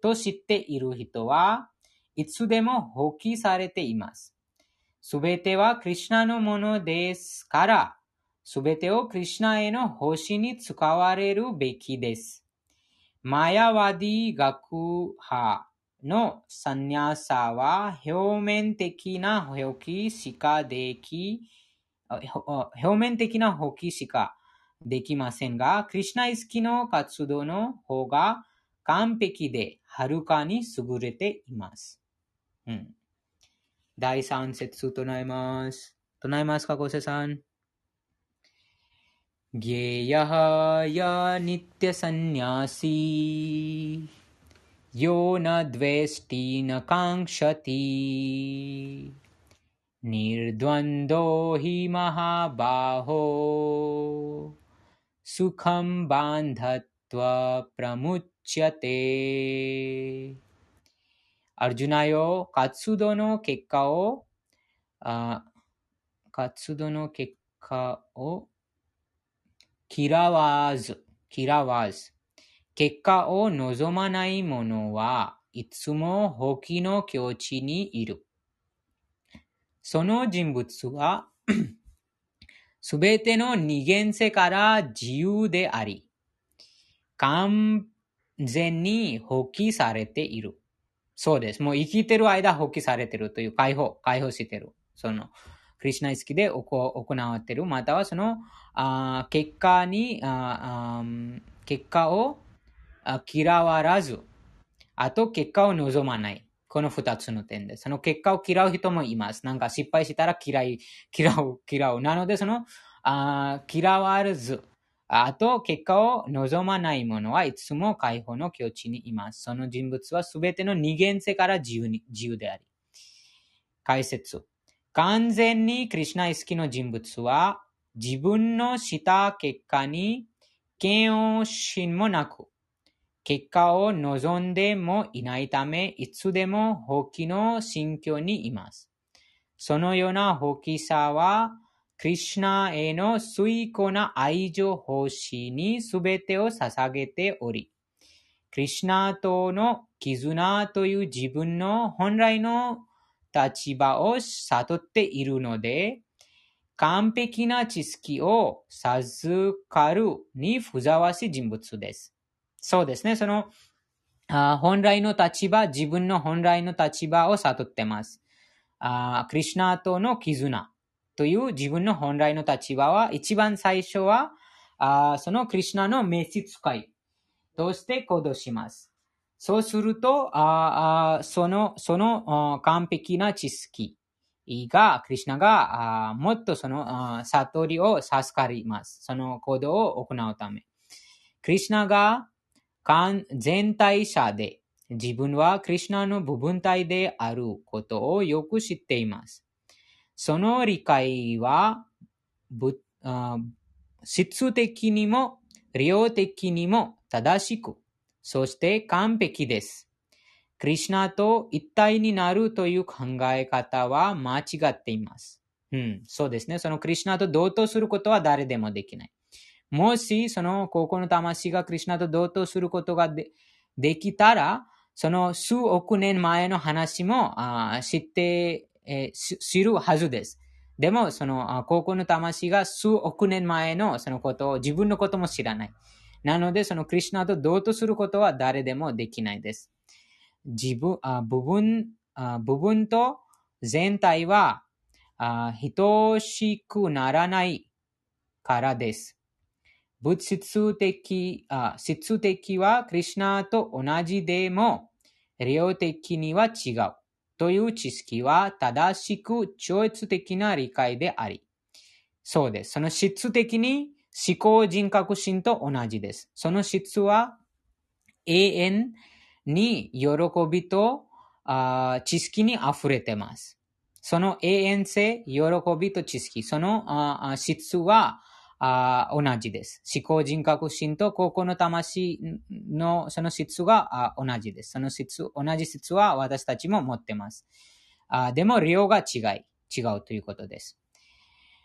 と知っている人はいつでも放棄されています。すべてはクリシュナのものですから、すべてをクリシュナへの奉仕に使われるべきです。マヤワディ学派のサンニャーサは表面的な放棄しかでき、表面的な放棄しかできませんが、クリシュナ意識の活動の方が完璧ではるかに優れています。うん、だいさん節唱えます。唱えますか、ゴセさん。ゲヤハヤニッティサンニャーシーヨナドゥエスティナカンシャティニルドワンドヒマハバホスカンバンダトワプラムチャテ。アルジュナよ、活動の結果をあ活動の結果を嫌わず、嫌わず、結果を望まない者はいつも放棄の境地にいる。その人物はすべての二元性から自由であり、完全に放棄されている。そうです。もう生きてる間放棄されているという解放、解放している。そのクリシュナ意識で行われている。またはそのあ結果にああ結果を嫌わらず、あと結果を望まない。この二つの点です。その結果を嫌う人もいます。なんか失敗したら嫌い、嫌う、嫌う。なのでそのあ嫌われず、あと結果を望まない者はいつも解放の境地にいます。その人物はすべての二元性から自由に、自由であり。解説。完全にクリシュナ意識の人物は自分のした結果に嫌悪心もなく、結果を望んでもいないため、いつでも放棄の心境にいます。そのような放棄さは、クリシュナへの崇高な愛情奉仕にすべてを捧げており、クリシュナとの絆という自分の本来の立場を悟っているので、完璧な知識を授かるにふさわしい人物です。そうですね。そのあ本来の立場、自分の本来の立場を悟ってます。あクリシュナとの絆という自分の本来の立場は、一番最初はあそのクリシュナの召使いとして行動します。そうすると、ああそのその完璧な知識が、クリシュナがあもっとそのあ悟りを授かります。その行動を行うため。クリシュナが全体者で、自分はクリシュナの部分体であることをよく知っています。その理解は、質的にも量的にも正しく、そして完璧です。クリシュナと一体になるという考え方は間違っています。うん、そうですね。そのクリシュナと同等することは誰でもできない。もし、その高校の魂がクリシュナと同等することが で, できたら、その数億年前の話もあ知って、えー、知るはずです。でも、その高校の魂が数億年前のそのことを、自分のことも知らない。なので、そのクリシュナと同等することは誰でもできないです。自分、あ部分あ、部分と全体はあ等しくならないからです。物質的、あ質的はクリシュナと同じでも、量的には違うという知識は正しく超越的な理解であり、そうです。その質的に思考人格心と同じです。その質は永遠に喜びとあ知識に溢れています。その永遠性、喜びと知識、そのあ質はあ同じです。思考人格心と高校の魂のその質が同じです。その質、同じ質は私たちも持っています。あでも量が違い、違うということです。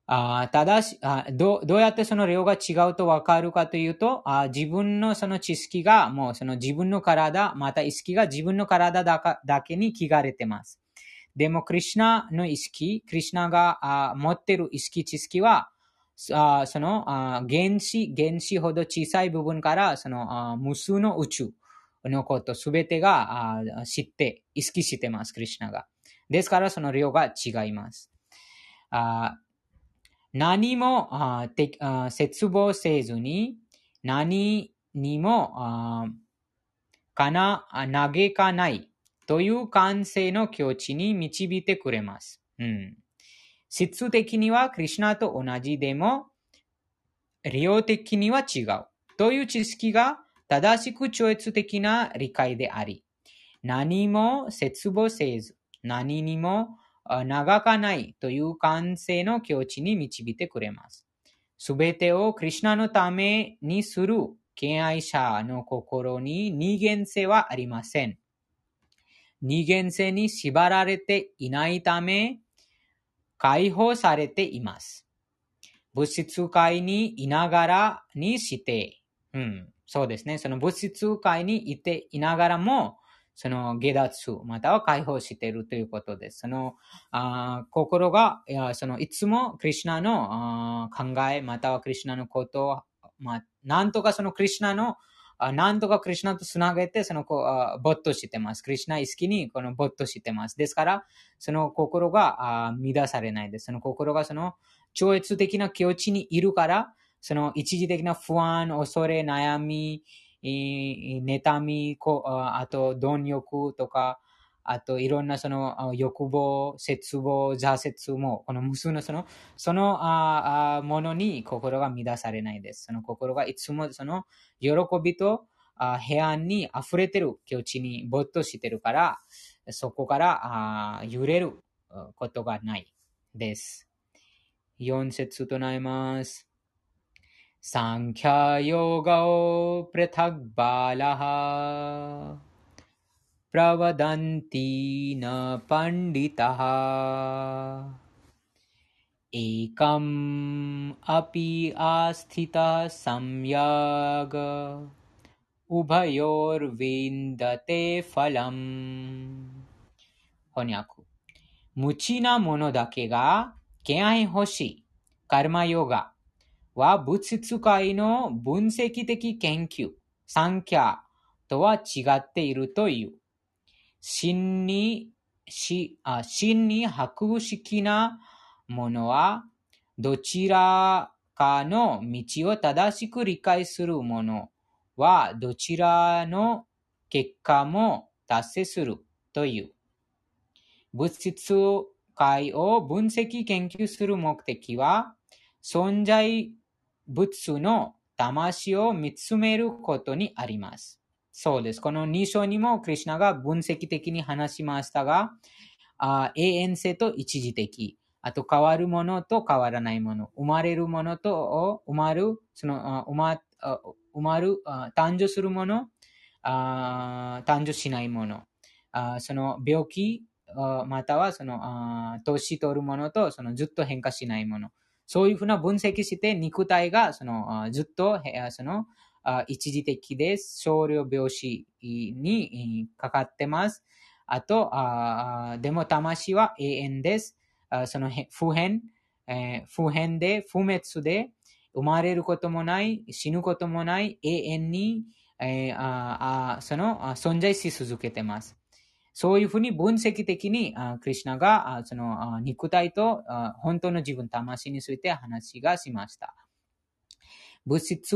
あただしあど、どうやってその量が違うとわかるかというと、あ自分のその知識がもうその自分の体、また意識が自分の体だかだけに聞かれてます。でも、クリシュナの意識、クリシュナがあ持っている意識、知識は、あそのあ原子、原子ほど小さい部分から、そのあ無数の宇宙のことすべてがあ知って、意識してます、クリシュナが。ですから、その量が違います。あ何もあてあ絶望せずに、何にもあかな嘆かないという感性の境地に導いてくれます。うん、質的にはクリシュナと同じでも、量的には違うという知識が正しく超越的な理解であり、何も絶望せず、何にも長かないという感性の境地に導いてくれます。すべてをクリシュナのためにする敬愛者の心に二元性はありません。二元性に縛られていないため、解放されています。物質界にいながらにして、うん、そうですね。その物質界にいていながらも、その下脱、または解放しているということです。そのあ心がいや、そのいつもクリシュナの考え、またはクリシュナのことを、まあ、なんとかそのクリシュナのなんとかクリシュナとつなげて、そのこう没頭してます。クリシュナ意識にこの没頭してます。ですから、その心が乱されないです。その心がその超越的な境地にいるから、その一時的な不安、恐れ、悩み、妬み、あと貪欲とか、あといろんなその欲望、絶望、挫折も、この無数のその、そのあものに心が乱されないです。その心がいつもその喜びと平安に溢れてる境地に没頭してるから、そこから揺れることがないです。よん節となります。サンキャヨガオプレタグバラハプラワダンティナパンディタハエカムアピアスティタサムヤガウバヨルヴィンダテファラム。翻訳。無知なものだけが敬愛欲しいカルマヨガは物質界の分析的研究、サンキャとは違っているという。真に、しあ真に博識なものは、どちらかの道を正しく理解するものは、どちらの結果も達成するという。物質界を分析研究する目的は、存在物の魂を見つめることにあります。そうです。このに章にもクリシュナが分析的に話しましたが、あ永遠性と一時的、あと変わるものと変わらないもの、生まれるものと生まれる、その生ま生まる誕生するもの、あ誕生しないもの、あその病気、またはその年取るものとそのずっと変化しないもの。そういうふうな分析して、肉体がそのずっとその一時的です。少量病死にかかってます。あと、あでも魂は永遠です。その不変、えー、不変で不滅で生まれることもない死ぬこともない永遠に、えー、ああその存在し続けてます。そういうふうに分析的にクリシュナがその肉体と本当の自分魂について話がしました。物質、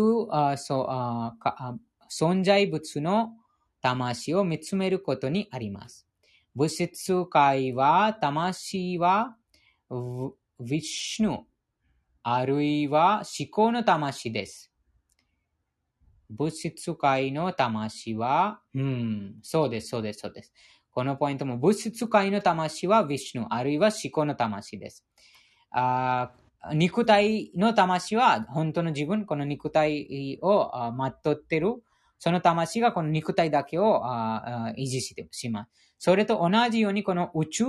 存在物の魂を見つめることにあります。物質界は魂はヴィシュヌあるいは思考の魂です。物質界の魂は、うん、そうです、そうです、そうです。このポイントも物質界の魂はヴィシュヌあるいは思考の魂です。あ肉体の魂は本当の自分、この肉体を全っている。その魂がこの肉体だけを維持してします。それと同じようにこの宇宙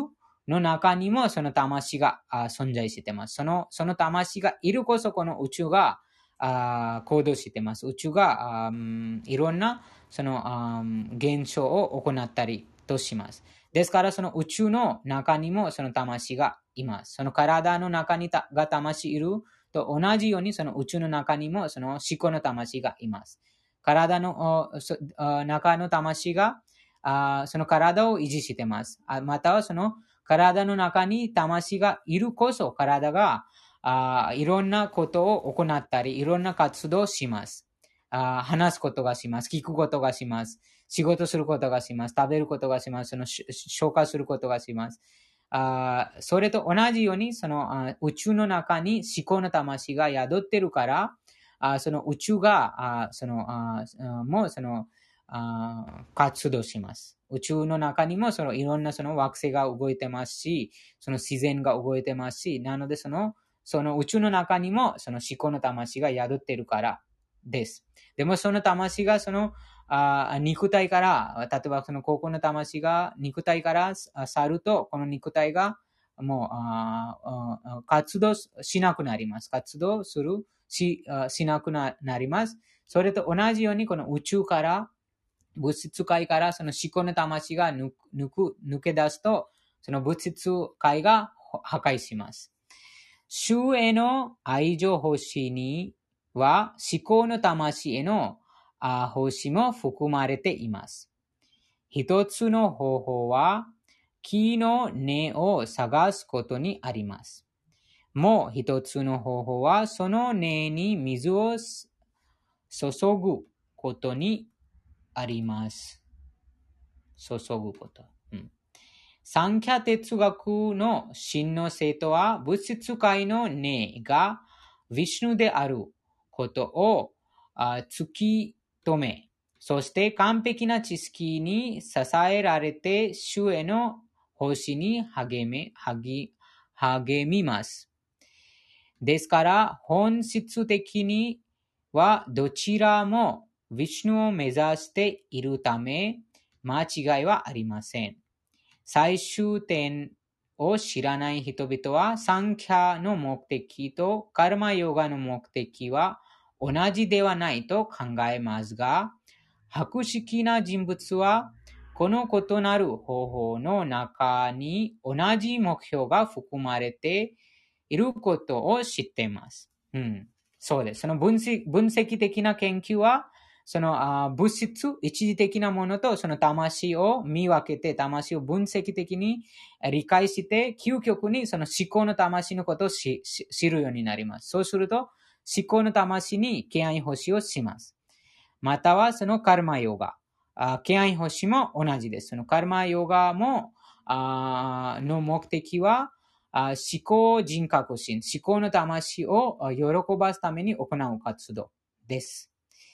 の中にもその魂が存在しています。その、その魂がいるこそこの宇宙があ行動しています。宇宙が、うん、いろんなその、うん、現象を行ったりとします。ですからその宇宙の中にもその魂がいます。その体の中にたが魂いると同じようにその宇宙の中にもその思考の魂がいます。体の中の魂があその体を維持しています。またはその体の中に魂がいるこそ体があいろんなことを行ったり、いろんな活動をします。あ話すことがします。聞くことがします。仕事することがします。食べることがします。その消化することがします。あそれと同じように、そのあ宇宙の中に思考の魂が宿ってるから、あその宇宙が、あそのあもうそのあ活動します。宇宙の中にもそのいろんなその惑星が動いてますし、その自然が動いてますし、なのでそのその宇宙の中にもその思考の魂が宿ってるからです。でもその魂がそのあ肉体から、例えばその高校の魂が肉体から去ると、この肉体がもうあ活動しなくなります。活動するししなくなります。それと同じようにこの宇宙から物質界からその思考の魂が抜く抜け出すと、その物質界が破壊します。主への愛情奉仕には思考の魂への奉仕も含まれています。一つの方法は木の根を探すことにあります。もう一つの方法はその根に水を注ぐことにあります。注ぐこと。うん、サンキャ哲学の真の生徒は物質界の根がヴィシュヌであることを突き止め、そして完璧な知識に支えられて主への奉仕に励め、励、励みます。ですから本質的にはどちらもヴィシュヌを目指しているため間違いはありません。最終点を知らない人々はサンキャの目的とカルマヨガの目的は同じではないと考えますが、博識な人物はこの異なる方法の中に同じ目標が含まれていることを知っています。うん、そうです。その分析、分析的な研究はその物質、一時的なものとその魂を見分けて、魂を分析的に理解して、究極にその思考の魂のことを知るようになります。そうすると、思考の魂に敬愛奉仕をします。またはそのカルマヨガ。敬愛奉仕も同じです。そのカルマヨガもあの目的は、思考人格心、思考の魂を喜ばすために行う活動です。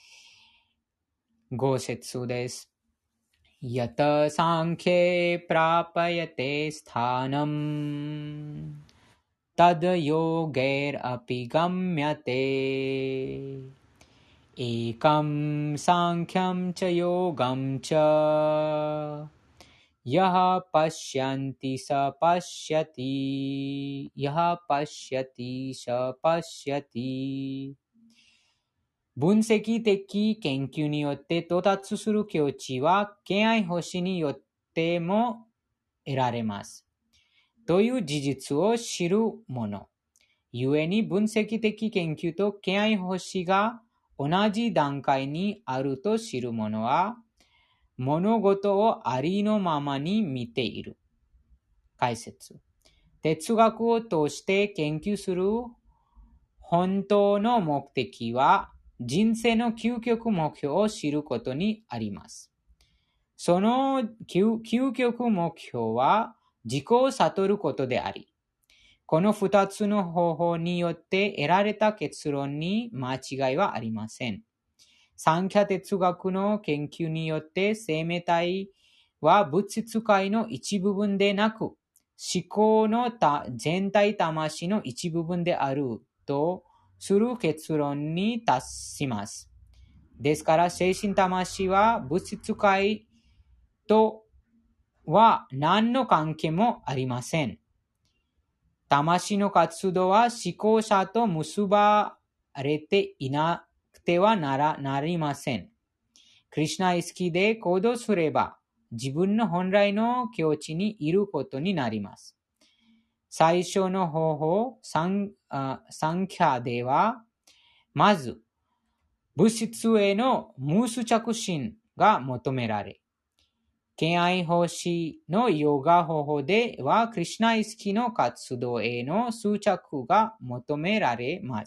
ご節です。やたサンケプラパヤテスタナムタダヨゲルアピガミャテエカムサンキャムチャヨガムチャヤハパシャンティサパシャティヤハパシャティサパシャティ分析的研究によって到達する境地は敬愛奉仕によっても得られます。という事実を知るもの。故に分析的研究と敬愛奉仕が同じ段階にあると知る者は、物事をありのままに見ている。解説。哲学を通して研究する本当の目的は、人生の究極目標を知ることにあります。その 究, 究極目標は自己を悟ることであり、この二つの方法によって得られた結論に間違いはありません。サンキャ哲学の研究によって生命体は物質界の一部分でなく、思考の全体魂の一部分であるとする結論に達します。ですから、精神魂は物質界とは何の関係もありません。魂の活動は思考者と結ばれていなくてはならなりません。クリシュナ意識で行動すれば、自分の本来の境地にいることになります。最初の方法、サンキャでは、まず、物質への無執着心が求められ、敬愛奉仕のヨガ方法では、クリシュナ意識の活動への執着が求められます。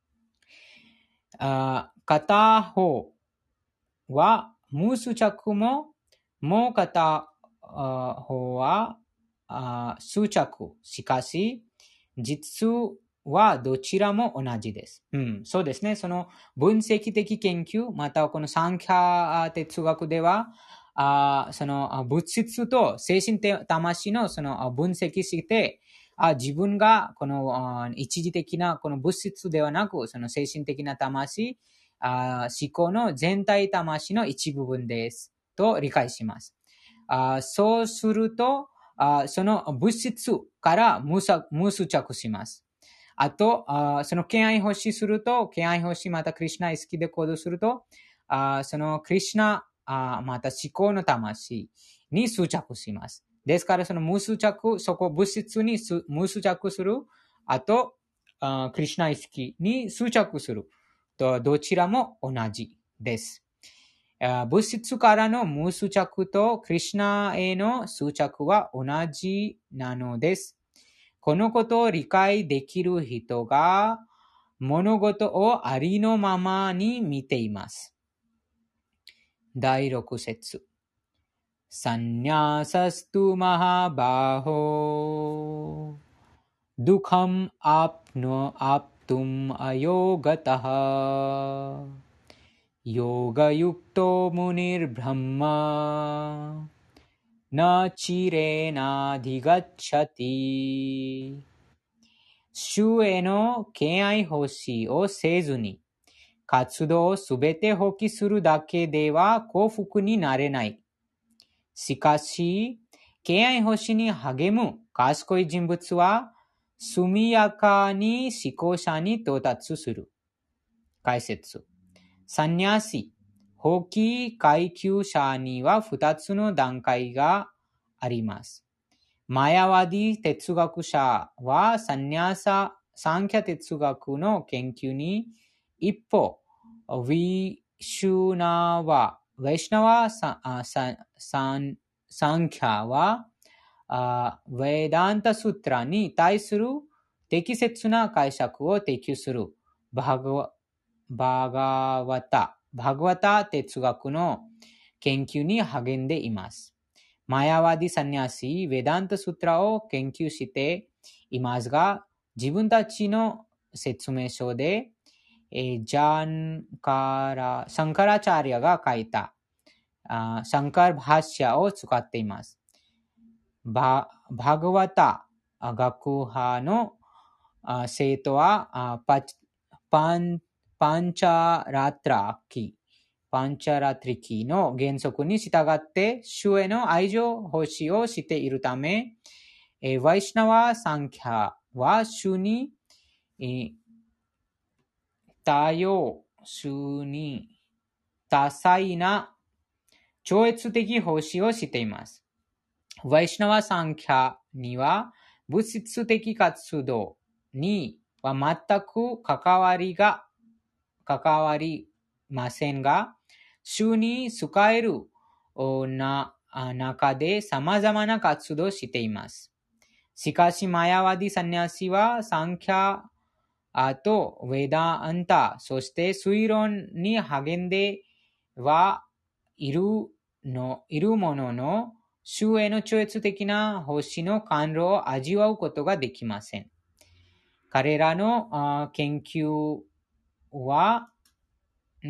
あ片方は無執着も、もう片方は執着。しかし、実はどちらも同じです。うん、そうですね。その分析的研究、またこのサンキャ哲学では、あその物質と精神魂のその分析して、あ自分がこの一時的なこの物質ではなく、その精神的な魂、あ思考の全体魂の一部分ですと理解します。あそうすると、あその物質から無執着します。あと、あその敬愛奉仕すると、敬愛奉仕またクリシュナ意識で行動すると、あそのクリシュナあまた思考の魂に執着します。ですから、その無執着、そこ物質に無執着する、あと、あクリシュナ意識に執着すると、どちらも同じです。物質からの無執着とクリシュナへの執着は同じなのです。このことを理解できる人が物事をありのままに見ています。だいろく節。サンニャサストマハバホドゥカムアプノアプトゥムアヨガタハヨガユクトムニルブランマナチレナディガッチャティ主への敬愛奉仕をせずに活動をすべて放棄するだけでは幸福になれない。しかし、敬愛奉仕に励む賢い人物は速やかに思考者に到達する。解説。サンニャシ、放棄階級者には二つの段階があります。マヤワディ哲学者はサンニャサ、サンキャ哲学の研究に一歩、ヴィシュナワ、ヴェシュナワサン、サンキャはヴェダンタストラに対する適切な解釈を提供するバガワバガワタ、バガワタ哲学の研究に励んでいます。マヤワディサニャシ、ヴェダンタストラを研究していますが、自分たちの説明書で、えー、ジャンカラ、サンカラチャーリアが書いたあサンカルバッシャを使っています。ババガワタ学派の生徒はパパンパンチャラトラキ、パンチャラトリキの原則に従って主への愛情奉仕をしているため、えー、ワイシュナワ・サンキャは主に、えー、多様、主に多彩な超越的奉仕をしています。ワイシュナワ・サンキャには物質的活動には全く関わりが関わりませんが、主に仕えるな中で様々な活動をしています。しかし、マヤワディサニャシはサンキャとウェダアンタ、そして推論に励んではいるの、いるものの、主への超越的な奉仕の感動を味わうことができません。彼らの研究は、うん、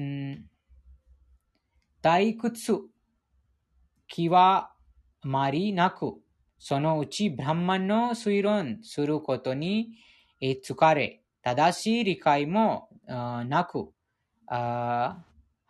退屈、極まりなく、そのうちブランマンの推論することに疲れ、正しい理解もなく、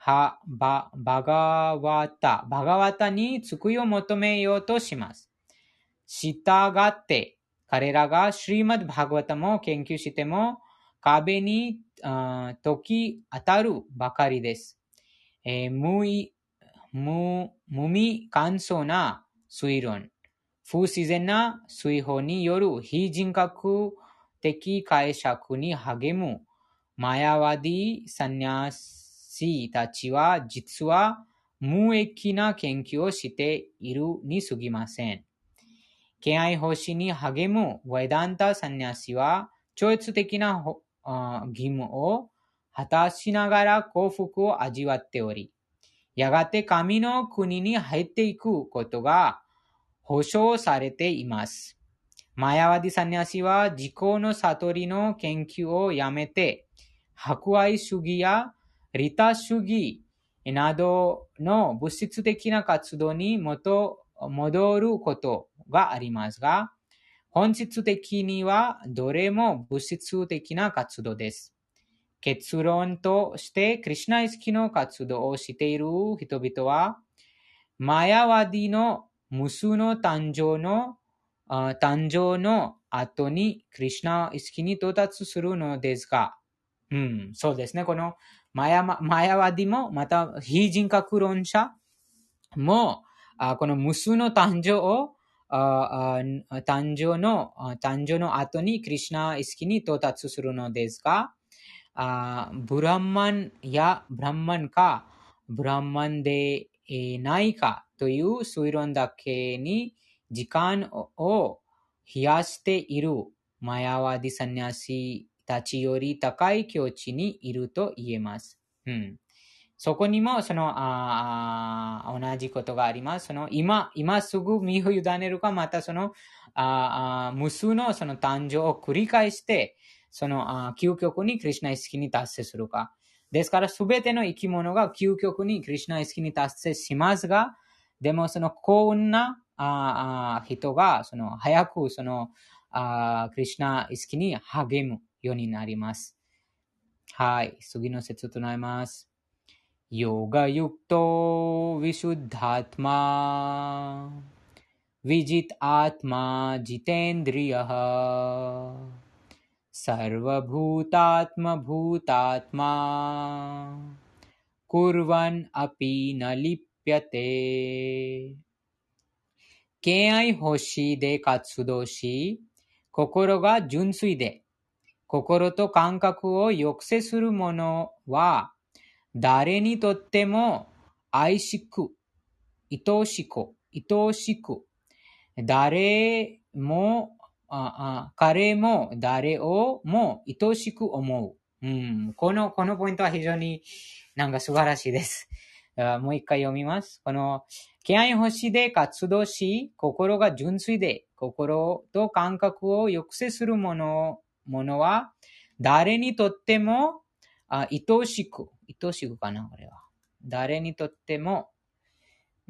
は、ば、バガワタ、バガワタに救いを求めようとします。従って、彼らがシュリマッド・バガワタも研究しても、壁に解き当たるばかりです。えー、無い、無、無味乾燥な推論、不自然な推法による非人格的解釈に励むマヤワディサンニャシたちは実は無益な研究をしているに過ぎません。敬愛奉仕に励むウェダンタサンニャシは超越的な義務を果たしながら幸福を味わっており、やがて神の国に入っていくことが保証されています。マヤワディサンニャシは自己の悟りの研究をやめて、博愛主義や利他主義などの物質的な活動に戻ることがありますが、本質的にはどれも物質的な活動です。結論として、クリシュナ意識の活動をしている人々は、マヤワディの無数の誕生の誕生の後にクリシュナ意識に到達するのですが、うん、そうですね。このマヤ、マヤワディも、また非人格論者も、この無数の誕生を、誕生の、誕生の後にクリシュナ意識に到達するのですが、ブランマンやブランマンか、ブランマンでないかという推論だけに時間を冷やしているマヤワディサンニャシたちより高い境地にいると言えます。うん、そこにもそのあ同じことがあります。その今、今すぐ身を委ねるか、またそのあ無数のその誕生を繰り返して、その究極にクリシュナ意識に達成するか。ですから、すべての生き物が究極にクリシュナ意識に達成しますが、でもその幸運なあ人がその早くそのあクリシュナ意識に励むようになります。はい、次の説となります。ヨガユクトヴィシュッダートマヴィジッアートマジテンドリヤハサルヴァブータートマブータートマクルワンアピナリピャテ。敬愛奉仕で活動し、心が純粋で、心と感覚を抑制するものは、誰にとっても愛しく、愛しく、愛しく、誰も、ああ彼も誰をも愛しく思う。うん、この、このポイントは非常になんか素晴らしいです。もう一回読みます。この、敬愛奉仕で活動し、心が純粋で、心と感覚を抑制するもの、ものは、誰にとっても、あ愛しく、愛しくかなこれは。誰にとっても、うん、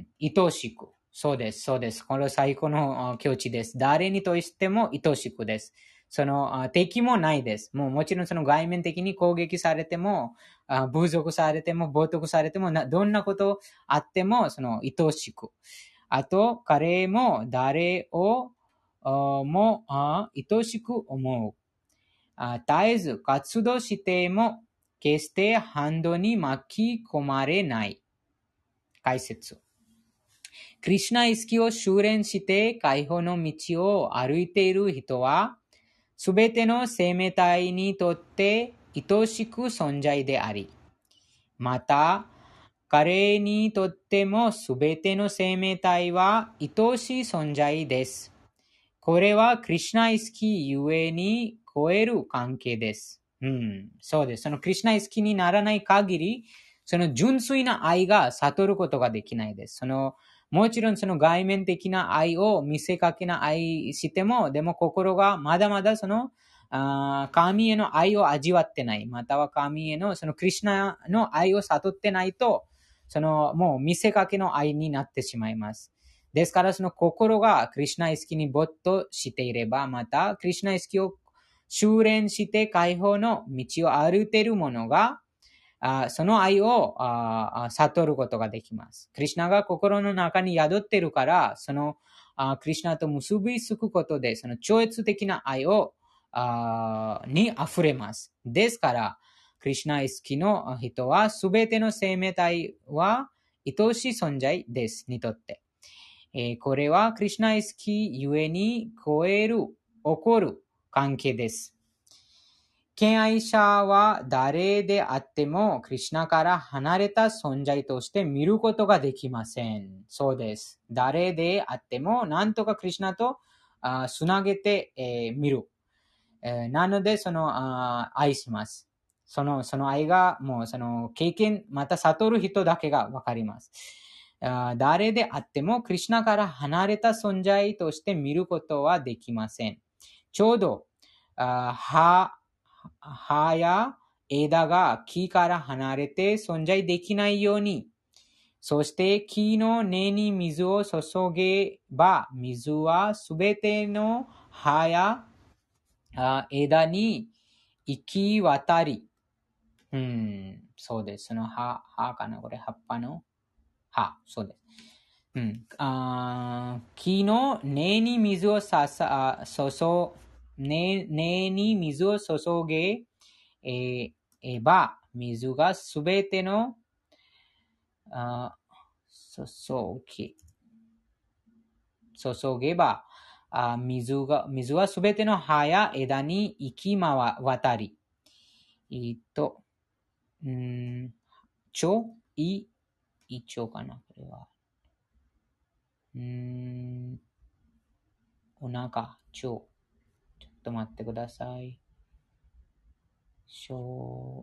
愛しく。そうです、そうです。これは最高の境地です。誰にとっても愛しくです。その敵もないです。もうもちろんその外面的に攻撃されても、侮辱されても、冒涜されても、どんなことあっても、その愛しく。あと、彼も誰をも愛しく思う。絶えず活動しても、決して反動に巻き込まれない。解説。クリシュナ意識を修練して解放の道を歩いている人は、すべての生命体にとって愛しく存在であり、また、彼にとってもすべての生命体は愛しい存在です。これはクリシュナ意識ゆえに超える関係です。うん、そうです。そのクリシュナ意識にならない限り、その純粋な愛が悟ることができないです。そのもちろんその外面的な愛を見せかけな愛しても、でも心がまだまだそのあ神への愛を味わってない。または神へのそのクリシュナの愛を悟ってないと、そのもう見せかけの愛になってしまいます。ですからその心がクリシュナ意識に没頭していれば、またクリシュナ意識を修練して解放の道を歩いている者が、 あその愛をあ悟ることができます。クリシュナが心の中に宿っているから、そのあクリシュナと結びつくことで、その超越的な愛をあに溢れます。ですから、クリシュナ好きの人は、すべての生命体は愛しい存在です。にとって。えー、これはクリシュナ好きゆえに超える、起こる関係です。敬愛者は誰であってもクリシュナから離れた存在として見ることができません。そうです。誰であってもなんとかクリシュナとあつなげて、えー、見る、えー。なのでそのあ愛します。そのその愛がもうその経験、また悟る人だけがわかります。あ誰であってもクリシュナから離れた存在として見ることはできません。ちょうどあは葉や枝が木から離れて存在できないように、そして木の根に水を注げば、水はすべての葉や枝に行き渡り、うん、そうです。その葉、葉かなこれ、葉っぱの葉、そうです。うん、あ木の根に水をささ注根、根に水を注げ、えー、ば、水がすべての、あ注ぎ、注げば、あ水が、水はすべての葉や枝に行きまわ渡り、えっと、ん腸、い、胃腸かなこれは。んお腹、腸。ちょっと待ってください。小、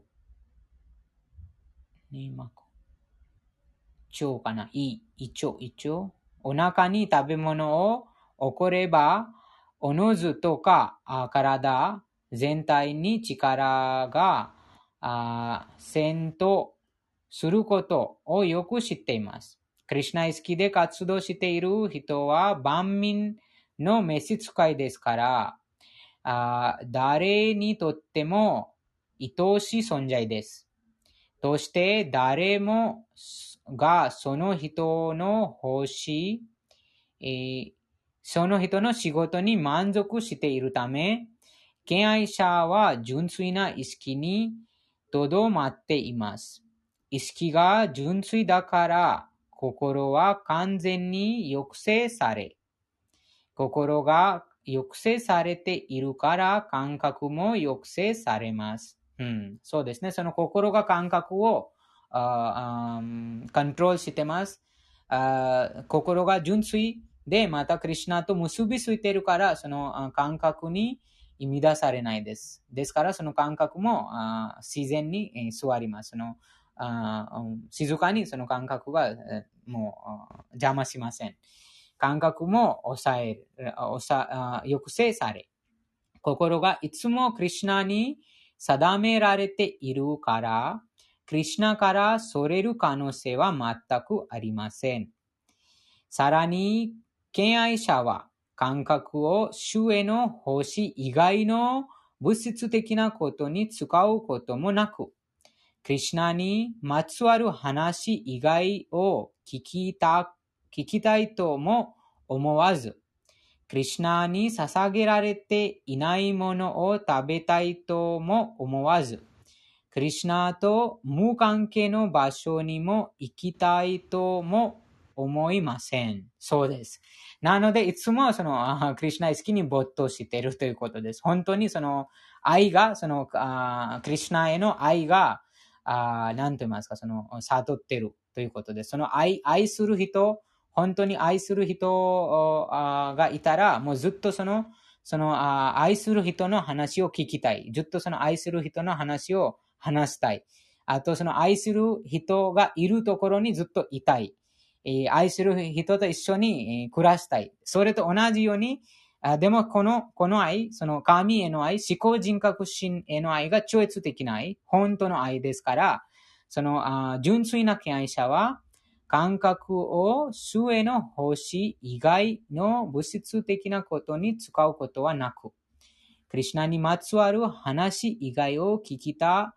ね、まこ。腸かな、胃、胃腸、胃腸。お腹に食べ物を起これば、おのずとか体全体に力が戦闘することをよく知っています。クリシュナ好きで活動している人は万民の召使いですから、あ誰にとっても愛しい存在です。そして誰もがその人の欲しい、えー、その人の仕事に満足しているため、敬愛者は純粋な意識にとどまっています。意識が純粋だから心は完全に抑制され、心が抑制されているから感覚も抑制されます。うん、そうですね。その心が感覚をああコントロールしてます。あ心が純粋で、またクリシュナと結びついているから、その感覚に乱されないです。ですから、その感覚もあ自然に、えー、座ります。そのあ静かにその感覚が、えー、もう邪魔しません。感覚も抑える、抑制され、心がいつもクリシュナに定められているから、クリシュナからそれる可能性は全くありません。さらに、敬愛者は感覚を主への奉仕以外の物質的なことに使うこともなく、クリシュナにまつわる話以外を聞きた、聞きたいとも思わず、クリシュナに捧げられていないものを食べたいとも思わず、クリシュナと無関係の場所にも行きたいとも思いません。そうです。なので、いつもそのクリシュナ好きに没頭しているということです。本当にその愛が、そのクリシュナへの愛が、あ何と言いますか、その悟っているということです。その愛、愛する人、本当に愛する人がいたら、もうずっとその、その愛する人の話を聞きたい。ずっとその愛する人の話を話したい。あとその愛する人がいるところにずっといたい。愛する人と一緒に暮らしたい。それと同じように、でもこの、この愛、その神への愛、思考人格心への愛が超越的な愛、本当の愛ですから、その純粋な敬愛者は、感覚を主への奉仕以外の物質的なことに使うことはなく、クリシュナにまつわる話以外を聞きた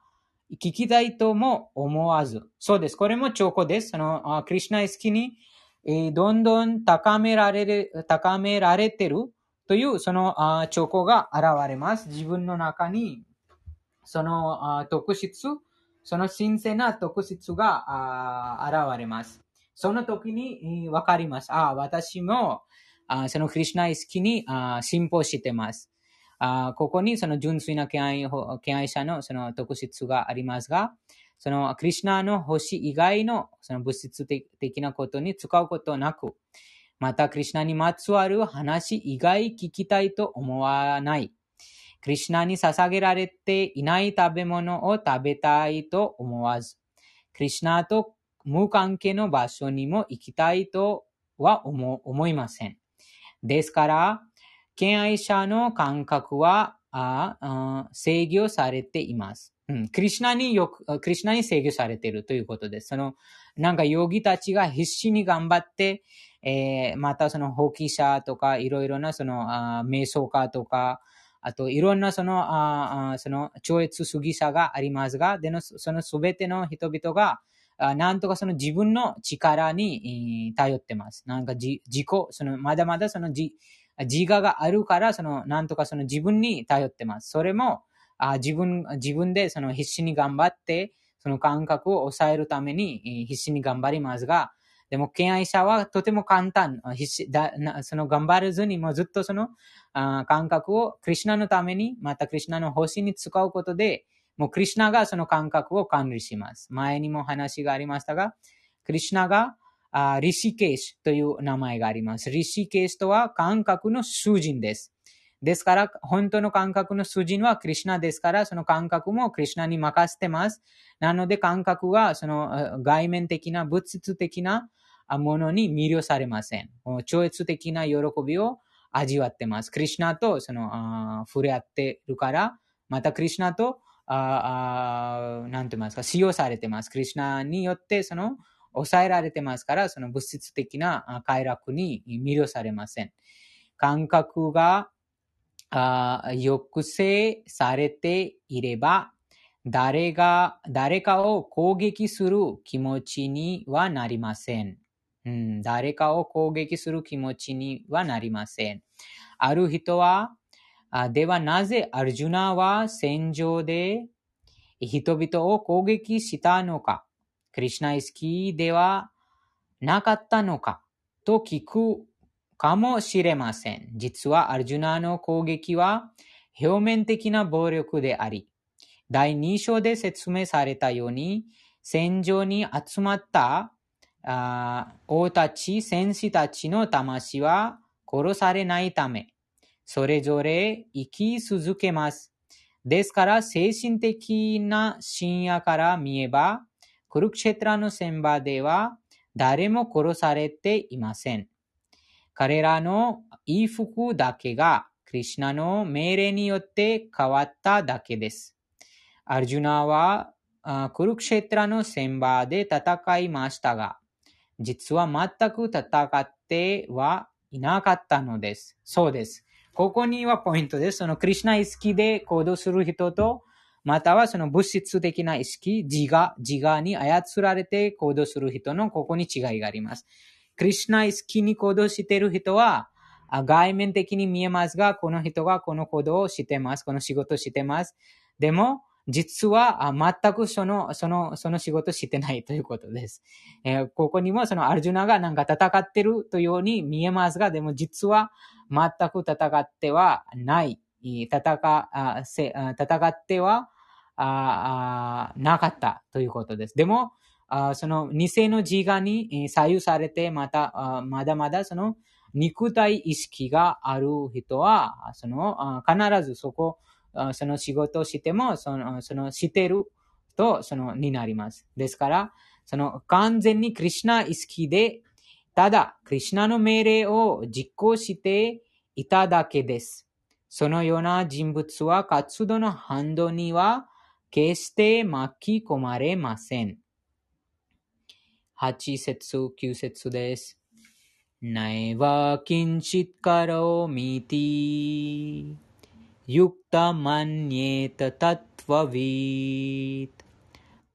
聞きたいとも思わず。そうです。これも兆候です。その、あクリシュナ意識に、えーどんどん高められる、高められてるという、そのあ兆候が現れます。自分の中に、そのあ特質、その新鮮な特質があ現れます。その時にわかります。あ私もあそのクリシュナ意識にあ進歩してます。あここにその純粋な敬愛敬愛者のその特質がありますが、そのクリシュナの星以外のその物質的なことに使うことなく、またクリシュナにまつわる話以外聞きたいと思わない。クリシュナに捧げられていない食べ物を食べたいと思わず、クリシュナと無関係の場所にも行きたいとは 思, 思いません。ですから、敬愛者の感覚はああ制御されています。うん、クリシュナによく、クリシュナに制御されているということです。その、なんか、ヨギたちが必死に頑張って、えー、またその、放棄者とか、いろいろなその、あ瞑想家とか、あと、いろんなその、あその、超越主義者がありますが、での、そのすべての人々が、あなんとかその自分の力に、えー頼ってます。なんか自、自己、その、まだまだその自、自我があるから、その、なんとかその自分に頼ってます。それも、あ自分、自分でその必死に頑張って、その感覚を抑えるためにえー必死に頑張りますが、でも、敬愛者はとても簡単、必死だなその頑張らずにもずっとそのあ感覚をクリシュナのために、またクリシュナの星に使うことで、もうクリシュナがその感覚を管理します。前にも話がありましたが、クリシュナがあリシケーシュという名前があります。リシケーシュとは感覚の主人です。ですから、本当の感覚の主人はクリシュナですから、その感覚もクリシュナに任せてます。なので、感覚はその外面的な物質的なものに魅了されません。超越的な喜びを味わってます。クリシュナとその触れ合ってるから、またクリシュナとああなんて言いますか、使用されてます。クリシュナによってその抑えられてますから、その物質的な快楽に魅了されません。感覚が抑制されていれば、誰が、誰かを攻撃する気持ちにはなりません。うん、誰かを攻撃する気持ちにはなりません。ある人は、あではなぜアルジュナは戦場で人々を攻撃したのか、クリシュナ意識ではなかったのかと聞くかもしれません。実はアルジュナの攻撃は表面的な暴力であり、だいに章で説明されたように、戦場に集まった王たち、戦士たちの魂は殺されないため、それぞれ生き続けます。ですから、精神的な深夜から見れば、クルクシェトラの戦場では誰も殺されていません。彼らの衣服だけがクリシュナの命令によって変わっただけです。アルジュナはクルクシェトラの戦場で戦いましたが、実は全く戦ってはいなかったのです。そうです。ここにはポイントです。そのクリシュナ意識で行動する人と、またはその物質的な意識、自我、自我に操られて行動する人のここに違いがあります。クリシュナ意識に行動している人は、外面的に見えますが、この人がこの行動をしてます。この仕事をしてます。でも、実は全くその、その、その仕事してないということです。えー、ここにもそのアルジュナがなんか戦ってるというように見えますが、でも実は全く戦ってはない。戦、あせ戦ってはあなかったということです。でも、あその偽の自我に左右されて、また、まだまだその肉体意識がある人は、その必ずそこ、その仕事をしても、その、そのしてると、その、になります。ですから、その完全にクリシュナ意識で、ただ、クリシュナの命令を実行していただけです。そのような人物は活動の反動には決して巻き込まれません。はち節、きゅう節です。ナイバキンチッカロミティユクタマンニエタタトワヴィート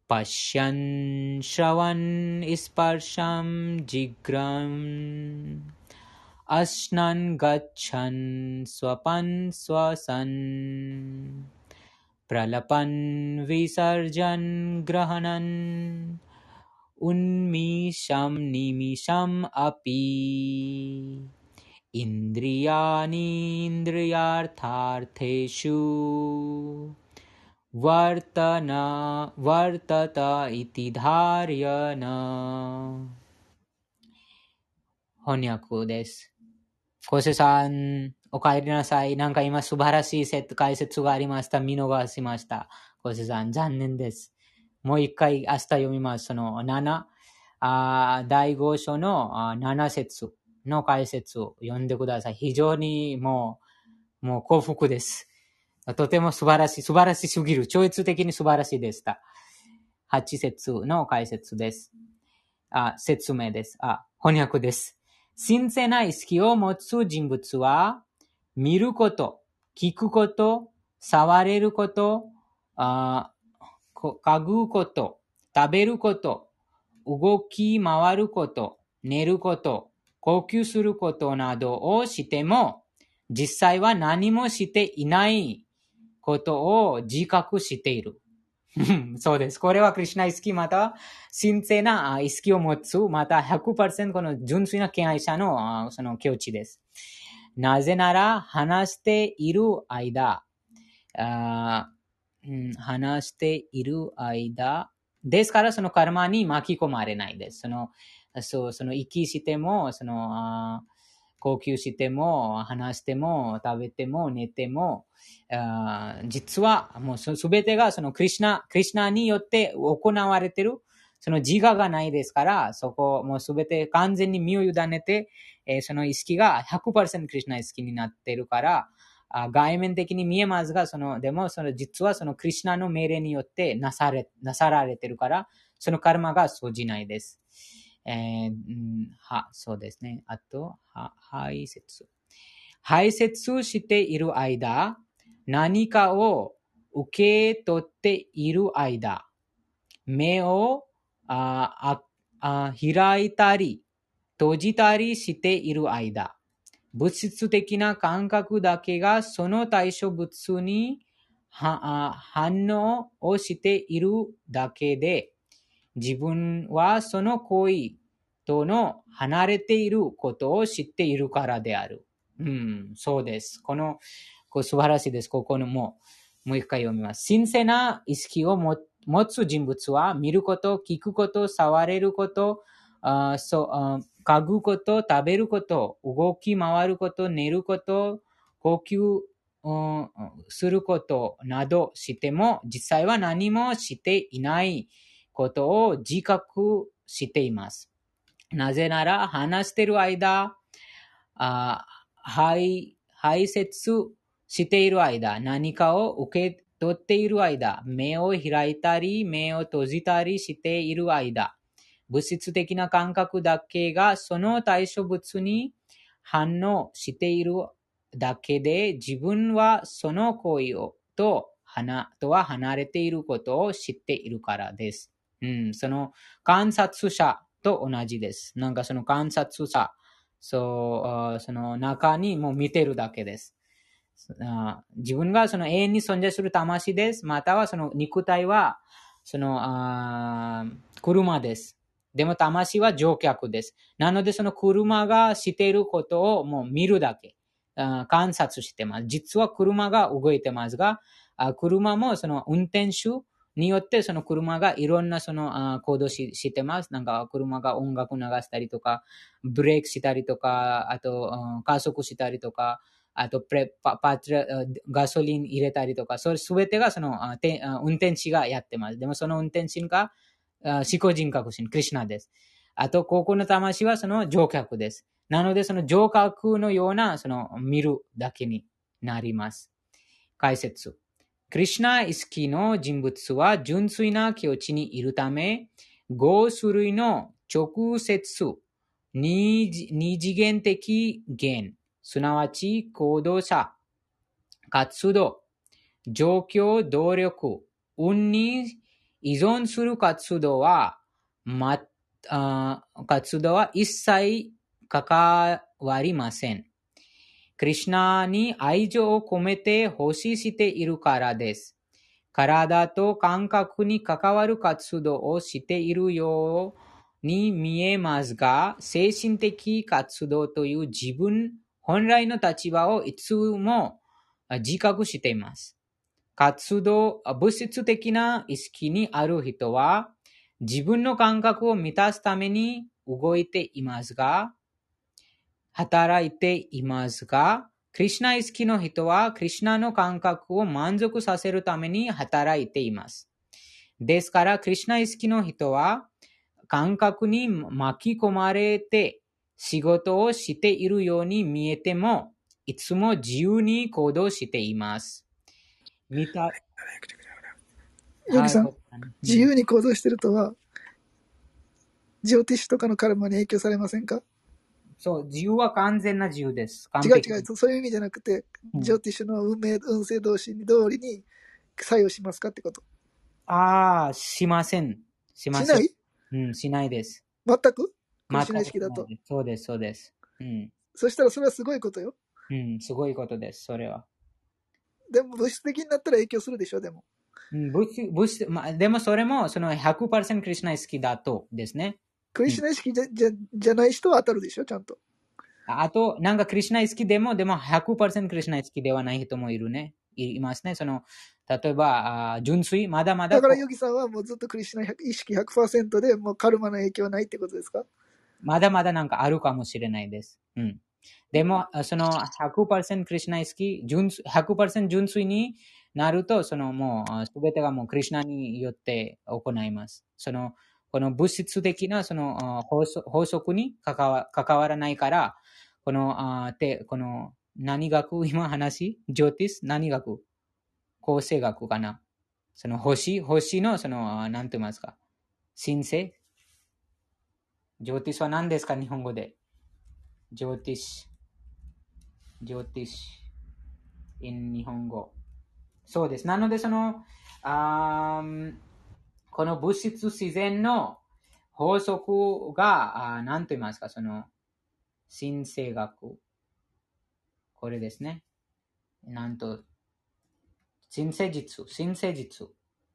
Pashyan Shravan Isparsham Jigram Ashnan Gachan Swapan Swasan Pralapan Visarjan Grahanan Unmisham Nimisham Api Indriyani Indriyarthartheshu Vartana Vartata iti dharyana 翻訳です。コセさん、お帰りなさい。なんか今素晴らしい解説がありました。見逃しました。コセさん、残念です。もう一回明日読みます。そのなな、あ第五章のあなな節の解説を読んでください。非常にもう、もう幸福です。とても素晴らしい、素晴らしすぎる。超越的に素晴らしいでした。はち節の解説です。あ、説明です。あ、翻訳です。神聖な意識を持つ人物は、見ること、聞くこと、触れること、あ嗅ぐこと、食べること、動き回ること、寝ること、呼吸することなどをしても、実際は何もしていないことを自覚している。そうです。これはクリシュナ意識または神聖な意識を持つ、また ひゃくパーセント この純粋な敬愛者のその境地です。なぜなら話している間、あうん、話している間、ですからそのカルマに巻き込まれないです。その、そう、その息しても、その、呼吸しても、話しても、食べても、寝ても、あ実はもうすべてがそのクリシュナ、クリシュナによって行われている、その自我がないですから、そこもうすべて完全に身を委ねて、えー、その意識が ひゃくパーセント クリシュナ意識になっているから、あ外面的に見えますが、その、でもその実はそのクリシュナの命令によってなされ、なさられているから、そのカルマが生じないです。えー、は、そうですね。あと、は、排泄。排泄している間、何かを受け取っている間、目をああ開いたり、閉じたりしている間、物質的な感覚だけがその対象物に反応をしているだけで、自分はその行為との離れていることを知っているからである。うん、そうです。この、こ素晴らしいです。ここのもう、もう一回読みます。神聖な意識を持つ人物は、見ること、聞くこと、触れること、あそうあ嗅ぐこと、食べること、動き回ること、寝ること、呼吸、うん、することなどしても、実際は何もしていないことを自覚しています。なぜなら、話している間、あ排、排泄している間、何かを受け取っている間、目を開いたり、目を閉じたりしている間、物質的な感覚だけがその対象物に反応しているだけで、自分はその行為をととは離れていることを知っているからです。うん、その観察者と同じです。なんかその観察者、そう、その中にもう見てるだけです。自分がその永遠に存在する魂です。またはその肉体はそのあ車です。でも魂は乗客です。なのでその車がしていることをもう見るだけ。観察してます。実は車が動いてますが、車もその運転手によってその車がいろんなその行動ししてます。なんか車が音楽流したりとか、ブレーキしたりとか、あと加速したりとか、あとプレパパトラガソリン入れたりとか、それすべてがその運転手がやってます。でもその運転手が思考人格心、クリシュナです。あと、ここの魂はその乗客です。なので、その乗客のような、その見るだけになります。解説。クリシュナ意識の人物は純粋な境地にいるため、五種類の直接、二次元的言、すなわち行動者、活動、状況、動力、運に依存する活動は、ま、あ活動は一切関わりません。クリシュナに愛情を込めて欲ししているからです。体と感覚に関わる活動をしているように見えますが、精神的活動という自分本来の立場をいつも自覚しています。活動、物質的な意識にある人は、自分の感覚を満たすために動いていますが、働いていますが、クリシュナ意識の人は、クリシュナの感覚を満足させるために働いています。ですから、クリシュナ意識の人は、感覚に巻き込まれて仕事をしているように見えても、いつも自由に行動しています。見た、 ヨギさん、 はい、 自由に行動してるとは、ジオティッシュとかのカルマに影響されませんか？ そう、自由は完全な自由です。完違う璧違う、そういう意味じゃなくて、 うんジオティッシュの運命、運勢同士に通りに作用しますかってこと。 ああ、しません。しません。 しない？ うん、しないです。 全くクリ全くシュナ意識だと。 しないです。そうです、そうです。うん。 そしたらそれはすごいことよ。 うん、すごいことです、それは。 でも物質的になったら影響するでしょ、でも。 うん、物質、物質、まあ、でもそれもそのひゃくパーセントクリシュナ意識だとですね。 クリシュナ意識じゃ、じゃ、じゃない人は当たるでしょ、ちゃんと。 あと、なんかクリシュナ意識でも、でもひゃくパーセントクリシュナ意識ではない人もいるね。いますね。その、例えば、あ純粋、まだまだ。 だからヨギさんはもうずっとクリシュナ意識 ひゃくパーセント でもうカルマの影響はないってことですか？ まだまだなんかあるかもしれないです。うん。でも、そのひゃくパーセントクリシュナ意識、ひゃくパーセント純粋になると、そのもう、すべてがもうクリシュナによって行います。その、この物質的なその法則法則に関わ関わらないから、この、あてこの何学、今話、ジョーティス、何学、構成学かな。その星、星のその、なんて言いますか、神聖。ジョーティスは何ですか、日本語で。ジョーティス。ジョーティス。in 日本語。そうです。なので、その、あこの物質自然の法則が、あ何と言いますか、その、神聖学。これですね。なんと、神聖術、神聖術。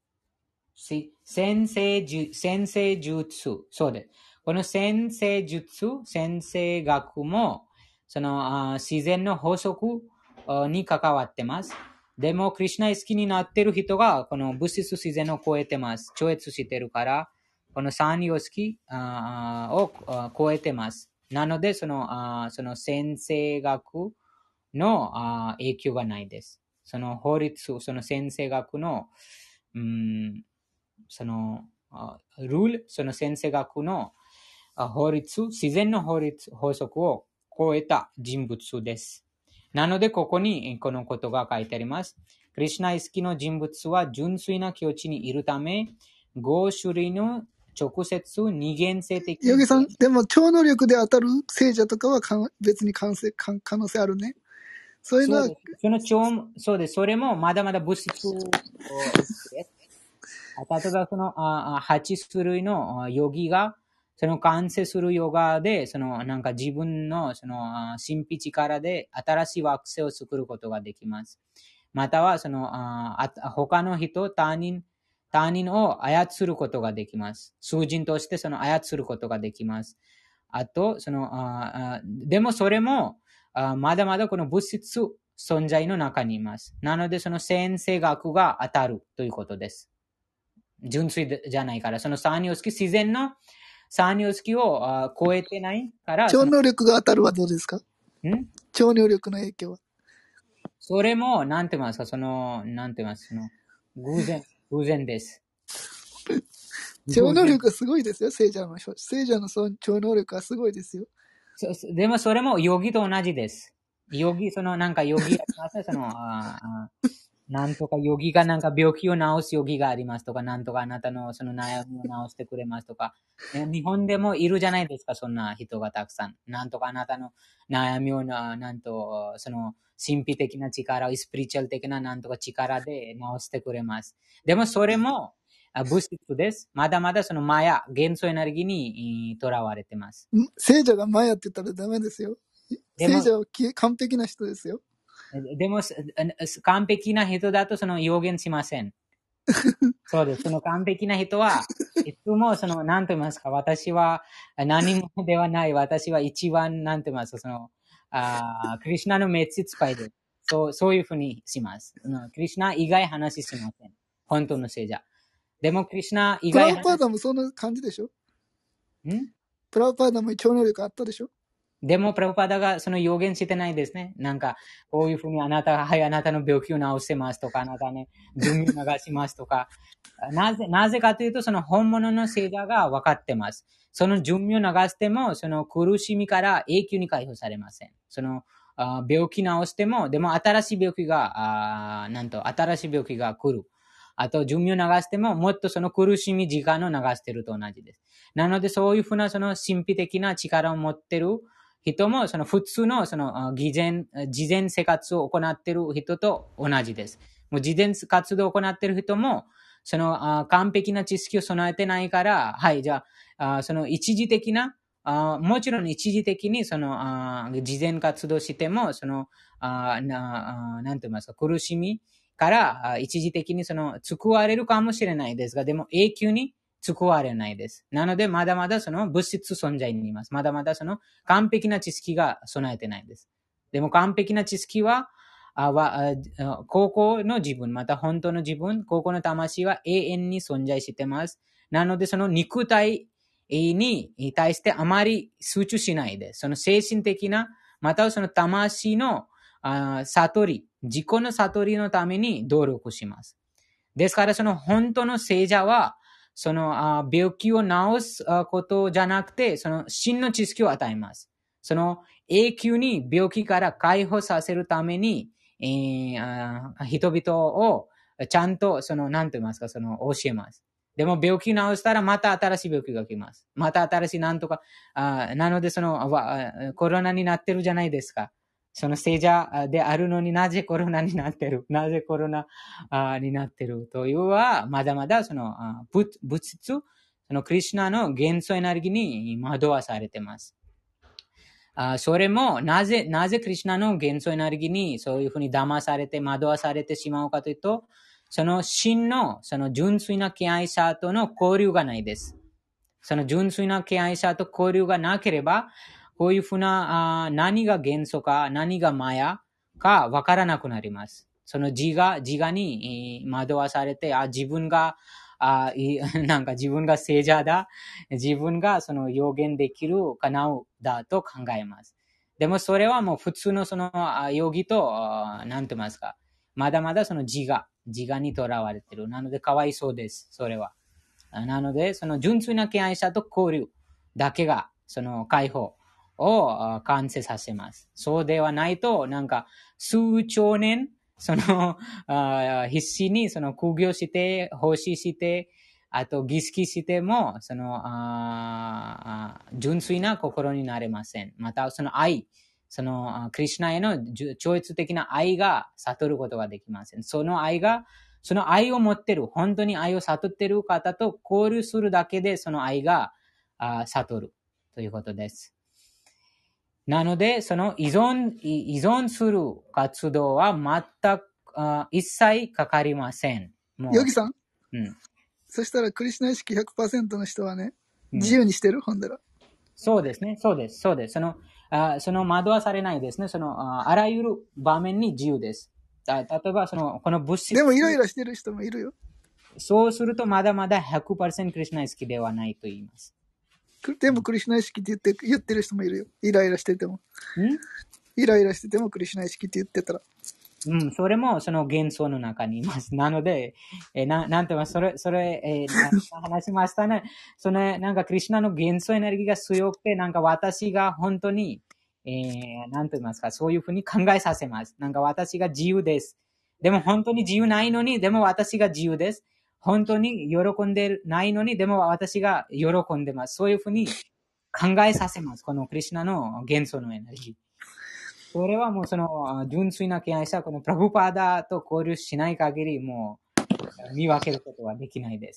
先生術、先生術。そうです。この先生術、先生学も、その、自然の法則に関わってます。でも、クリシュナ意識になっている人が、この物質自然を超えてます。超越しているから、この三様式を超えてます。なので、その、その先生学の影響がないです。その法律、その先生学の、うんその、ルール、その先生学の法律、自然の法律、法則を超えた人物です。なので、ここにこのことが書いてあります。クリシュナ意識の人物は純粋な境地にいるため、ご種類の直接二元性的。 ヨギさん、でも超能力で当たる聖者とかはか別に可能性、可能性あるね。そういうのは。 そうです。その超、そうです。それもまだまだ物質を、例えばそのはち種類のヨギが、その完成するヨガで、そのなんか自分のその神秘力で新しい惑星を作ることができます。またはその他の人、他人、他人を操ることができます。数人としてその操ることができます。あと、そのでもそれもまだまだこの物質存在の中にいます。なのでその先生学が当たるということです。純粋じゃないから、その三様式、自然の三様式を超えてないから。 超能力が当たるはどうですか？ん超能力の影響は。 それも、なんて言いますか、その、なんて言います、その、偶然、偶然です。 超能力はすごいですよ、聖者の、聖者の超能力はすごいですよ。 でもそれもヨギと同じです。ヨギ、そのなんかヨギありますね、その、あなんとかヨギがなんか病気を治すヨギがありますとか、なんとかあなたのその悩みを治してくれますとか、ね、日本でもいるじゃないですか、そんな人がたくさん。なんとかあなたの悩みをな、なんと、その神秘的な力、スピリチュアル的ななんとか力で治してくれます。でもそれも、 あ物質です。まだまだそのマヤ、元素エネルギーにとらわれてます。 ん聖者がマヤって言ったらダメですよ。 でも、 聖者はき完璧な人ですよ。 でも、す完璧な人だとその表現しません。そうです。その完璧な人は、いつもその、なんと言いますか、私は何もではない。私は一番、なんと言いますか、その、あークリシュナのメッセージ使いです。そう、そういうふうにします。うんクリシュナ以外話しません。本当の聖者。でも、クリシュナ以外話プラブパーダもそんな感じでしょ。 んプラブパーダも超能力あったでしょ。 でも、プラブパダがその予言してないですね。なんか、こういうふうにあなたが、はい、あなたの病気を治してますとか、あなたね、寿命を流しますとか。なぜ、なぜかというと、その本物の聖者が分かってます。その寿命を流しても、その苦しみから永久に解放されません。その、あ病気治しても、でも新しい病気が、あなんと、新しい病気が来る。あと、寿命を流しても、もっとその苦しみ時間を流していると同じです。なので、そういうふうな、その神秘的な力を持っている人も、その普通の、その、偽善、事前生活を行っている人と同じです。もう事前活動を行っている人も、その、完璧な知識を備えてないから、はい、じゃあ、その一時的な、あもちろん一時的にその、あ事前活動しても、その、あなあなんて言いますか、苦しみから一時的にその救われるかもしれないですが、でも永久に救われないです。なので、まだまだその物質存在にいます。まだまだその完璧な知識が備えてないです。でも完璧な知識は、あは高校の自分、また本当の自分、高校の魂は永遠に存在しています。なので、その肉体に対してあまり集中しないで、その精神的な、またはその魂の悟り、自己の悟りのために努力します。ですから、その本当の聖者は、その病気を治すことじゃなくて、その真の知識を与えます。その永久に病気から解放させるために、えー、人々をちゃんと、その、なんて言いますか、その、教えます。でも、病気治したら、また新しい病気が来ます。また新しいなんとか、あなので、その、コロナになってるじゃないですか。その聖者であるのになぜコロナになってるなぜコロナになってるというは、まだまだその物質、そのクリシュナの元素エネルギーに惑わされています。あそれも、なぜ、なぜクリシュナの元素エネルギーにそういうふうに騙されて惑わされてしまうかというと、その真の、その純粋な敬愛者との交流がないです。その純粋な敬愛者と交流がなければ、こういうふうな、あ何が元素か、何がマヤかわからなくなります。その自我、自我に惑わされて、あ自分が、あなんか自分が聖者だ。自分がその予言できる、叶うだと考えます。でもそれはもう普通のその容疑と、なんて言いますか。まだまだその自我、自我にとらわれている。なのでかわいそうです。それは。なので、その純粋な敬愛者と交流だけが、その解放を完成させます。そうではないと、なんか、数兆年、その、必死にその苦行して、奉仕して、あと儀式しても、その、純粋な心になれません。また、その愛、その、クリシュナへの超越的な愛が悟ることができません。その愛が、その愛を持っている、本当に愛を悟っている方と交流するだけで、その愛が悟るということです。なので、その依存、依存する活動は全く、一切かかりません。 もうヨギさん、 うん、 そしたらクリシュナ意識 ひゃくパーセント の人はね、自由にしてる、うん、ほんだら。 そうですね、そうです、そうです。その、あその惑わされないですね。そのあ、あらゆる場面に自由です。例えば、その、この物質。 でもイライラしてる人もいるよ。 そうすると、まだまだ ひゃくパーセント クリシュナ意識ではないと言います。 でもクリシュナ意識って言って、言ってる人もいるよ。イライラしてても。んイライラしててもクリシュナ意識って言ってたら。 うん、それもその幻想の中にいます。なので、えななんて言います、それ、それ、えー、話しましたね。その、なんかクリシュナの幻想エネルギーが強くて、なんか私が本当に、えー、なんと言いますか、そういうふうに考えさせます。なんか私が自由です。でも本当に自由ないのに、でも私が自由です。本当に喜んでないのに、でも私が喜んでます。そういうふうに考えさせます。このクリシュナの幻想のエネルギー。それはもうその純粋な敬愛者、このプラブパーダと交流しない限りもう見分けることはできないです。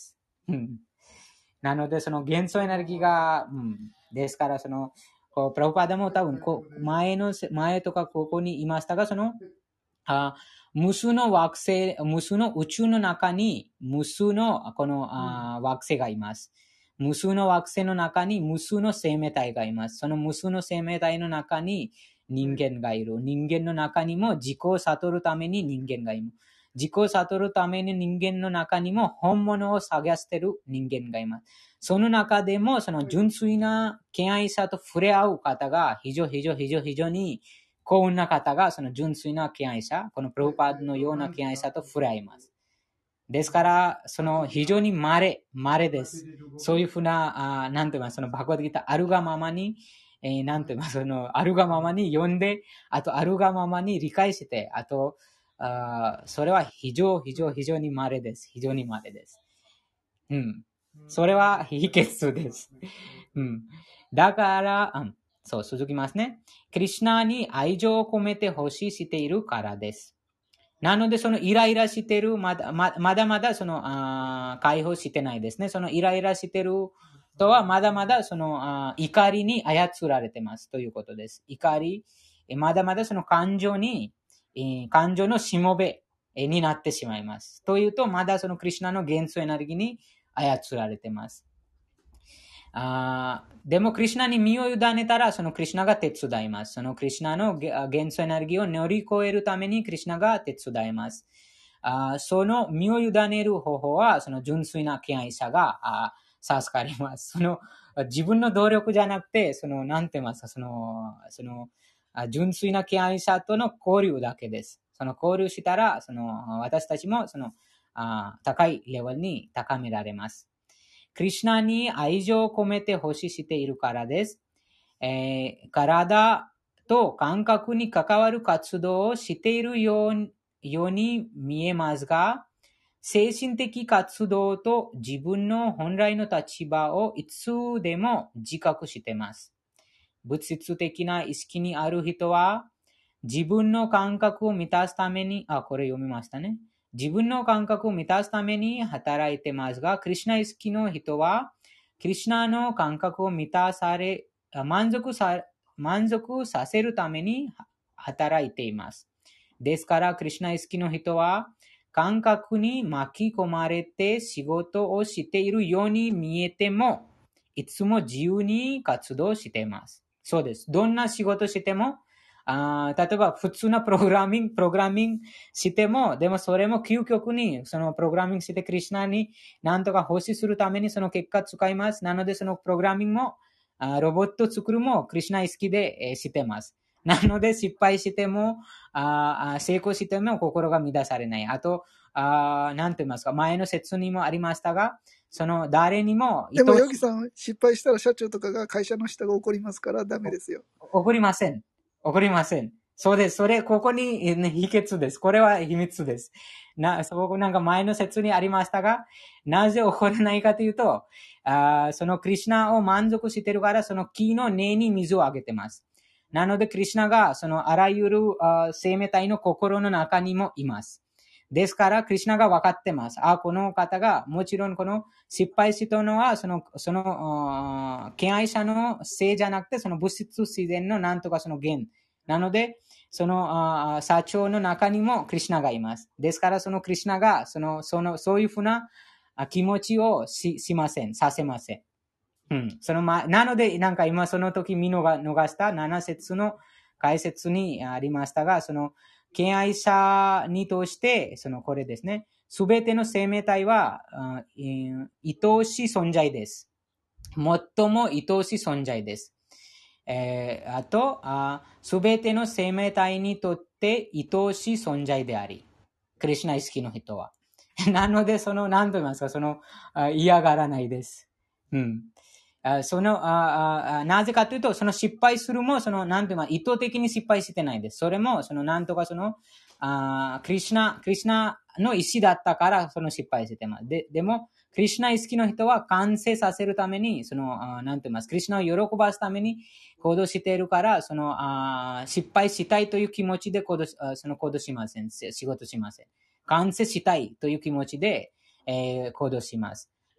うん、なので、その元素エネルギーが、うん、ですから、その、こうプラブパダも多分こう、前の、前とかここにいましたが、その、あ無数の惑星、無数の宇宙の中に、無数のこのあ惑星がいます。無数の惑星の中に無数の生命体がいます。その無数の生命体の中に人間がいる。人間の中にも自己を悟るために人間がいる。自己を悟るために人間の中にも本物を探している人間がいます。その中でもその純粋な敬愛さと触れ合う方が非常非常非常非常に幸運な方がその純粋な敬愛者、このプロパードのような敬愛者と触れ合います。ですから、その非常に稀、稀です。そういうふうな、あなんて言います、そのバグワッドギターあるがままに、えー、なんて言います、そのあるがままに読んで、あとあるがままに理解して、あと、あそれは非常、非常、非常に稀です。非常に稀です。うん。それは秘訣です。うん。だから、うん、そう、続きますね。クリシュナに愛情を込めて欲ししているからです。なので、そのイライラしている、まだままだまだそのあ解放してないですね。そのイライラしているとは、まだまだそのあ怒りに操られてますということです。怒り、まだまだその感情に、えー、感情のしもべになってしまいます。というと、まだそのクリシュナの元素エネルギーに操られてます。あでも、クリシュナに身を委ねたら、そのクリシュナが手伝います。そのクリシュナの元素エネルギーを乗り越えるためにクリシュナが手伝います。あその身を委ねる方法は、その純粋な敬愛者があ授かります。その自分の努力じゃなくて、その、なんて言いますか、その、その、純粋な敬愛者との交流だけです。その交流したら、その、私たちも、その、あ高いレベルに高められます。クリシュナに愛情を込めて欲ししているからです。えー、体と感覚に関わる活動をしているようように見えますが、精神的活動と自分の本来の立場をいつでも自覚しています。物質的な意識にある人は、自分の感覚を満たすために、あ、これ読みましたね。自分の感覚を満たすために働いてますが、クリシュナ意識の人は、クリシュナの感覚を満たされ、満足さ、満足させるために働いています。ですから、クリシュナ意識の人は、感覚に巻き込まれて仕事をしているように見えても、いつも自由に活動しています。そうです。どんな仕事しても、あ例えば普通のプログラミング、プログラミングしても、でもそれも究極に、そのプログラミングしてクリシュナに何とか奉仕するためにその結果使います。なのでそのプログラミングも、あロボット作るもクリシュナ意識で、えー、してます。なので失敗しても、あ成功しても心が乱されない。あと、あなんて言いますか、前の説にもありましたが、その誰にもでも、ヨギさん、失敗したら社長とかが会社の人が怒りますからダメですよ。 怒りません。怒りません。そうです。それ、ここに、ね、秘訣です。これは秘密です。な、そこなんか前の説にありましたが、なぜ怒らないかというと、あそのクリシュナを満足しているから、その木の根に水をあげてます。なので、クリシュナが、そのあらゆるあ生命体の心の中にもいます。ですから、クリシュナが分かってます。あ、この方が、もちろんこの失敗したのは、その、その、敬愛者のせいじゃなくて、その物質自然のなんとかその原。なので、その、社長の中にもクリシュナがいます。ですから、そのクリシュナが、その、その、そういうふうな気持ちをし、しません。させません。うん。そのま、なので、なんか今その時見逃したなな節の解説にありましたが、その、敬愛者にとして、そのこれですね。すべての生命体は、愛おしい存在です。最も愛おしい存在です。えー、あと、すべての生命体にとって愛おしい存在であり、クリシュナ意識の人は。なので、その、何と言いますか、その、嫌がらないです。うん。そのああ、なぜかというと、その失敗するも、その、なんていうか、意図的に失敗してないです。それも、その、なんとかその、あクリシュナ、クリシュナの意思だったから、その失敗してます。で、でも、クリシュナ意識の人は完成させるために、その、あなんて言います、クリシュナを喜ばすために行動しているから、その、あ失敗したいという気持ちで行動し、その行動しません。仕事しません。完成したいという気持ちで、えー、行動します。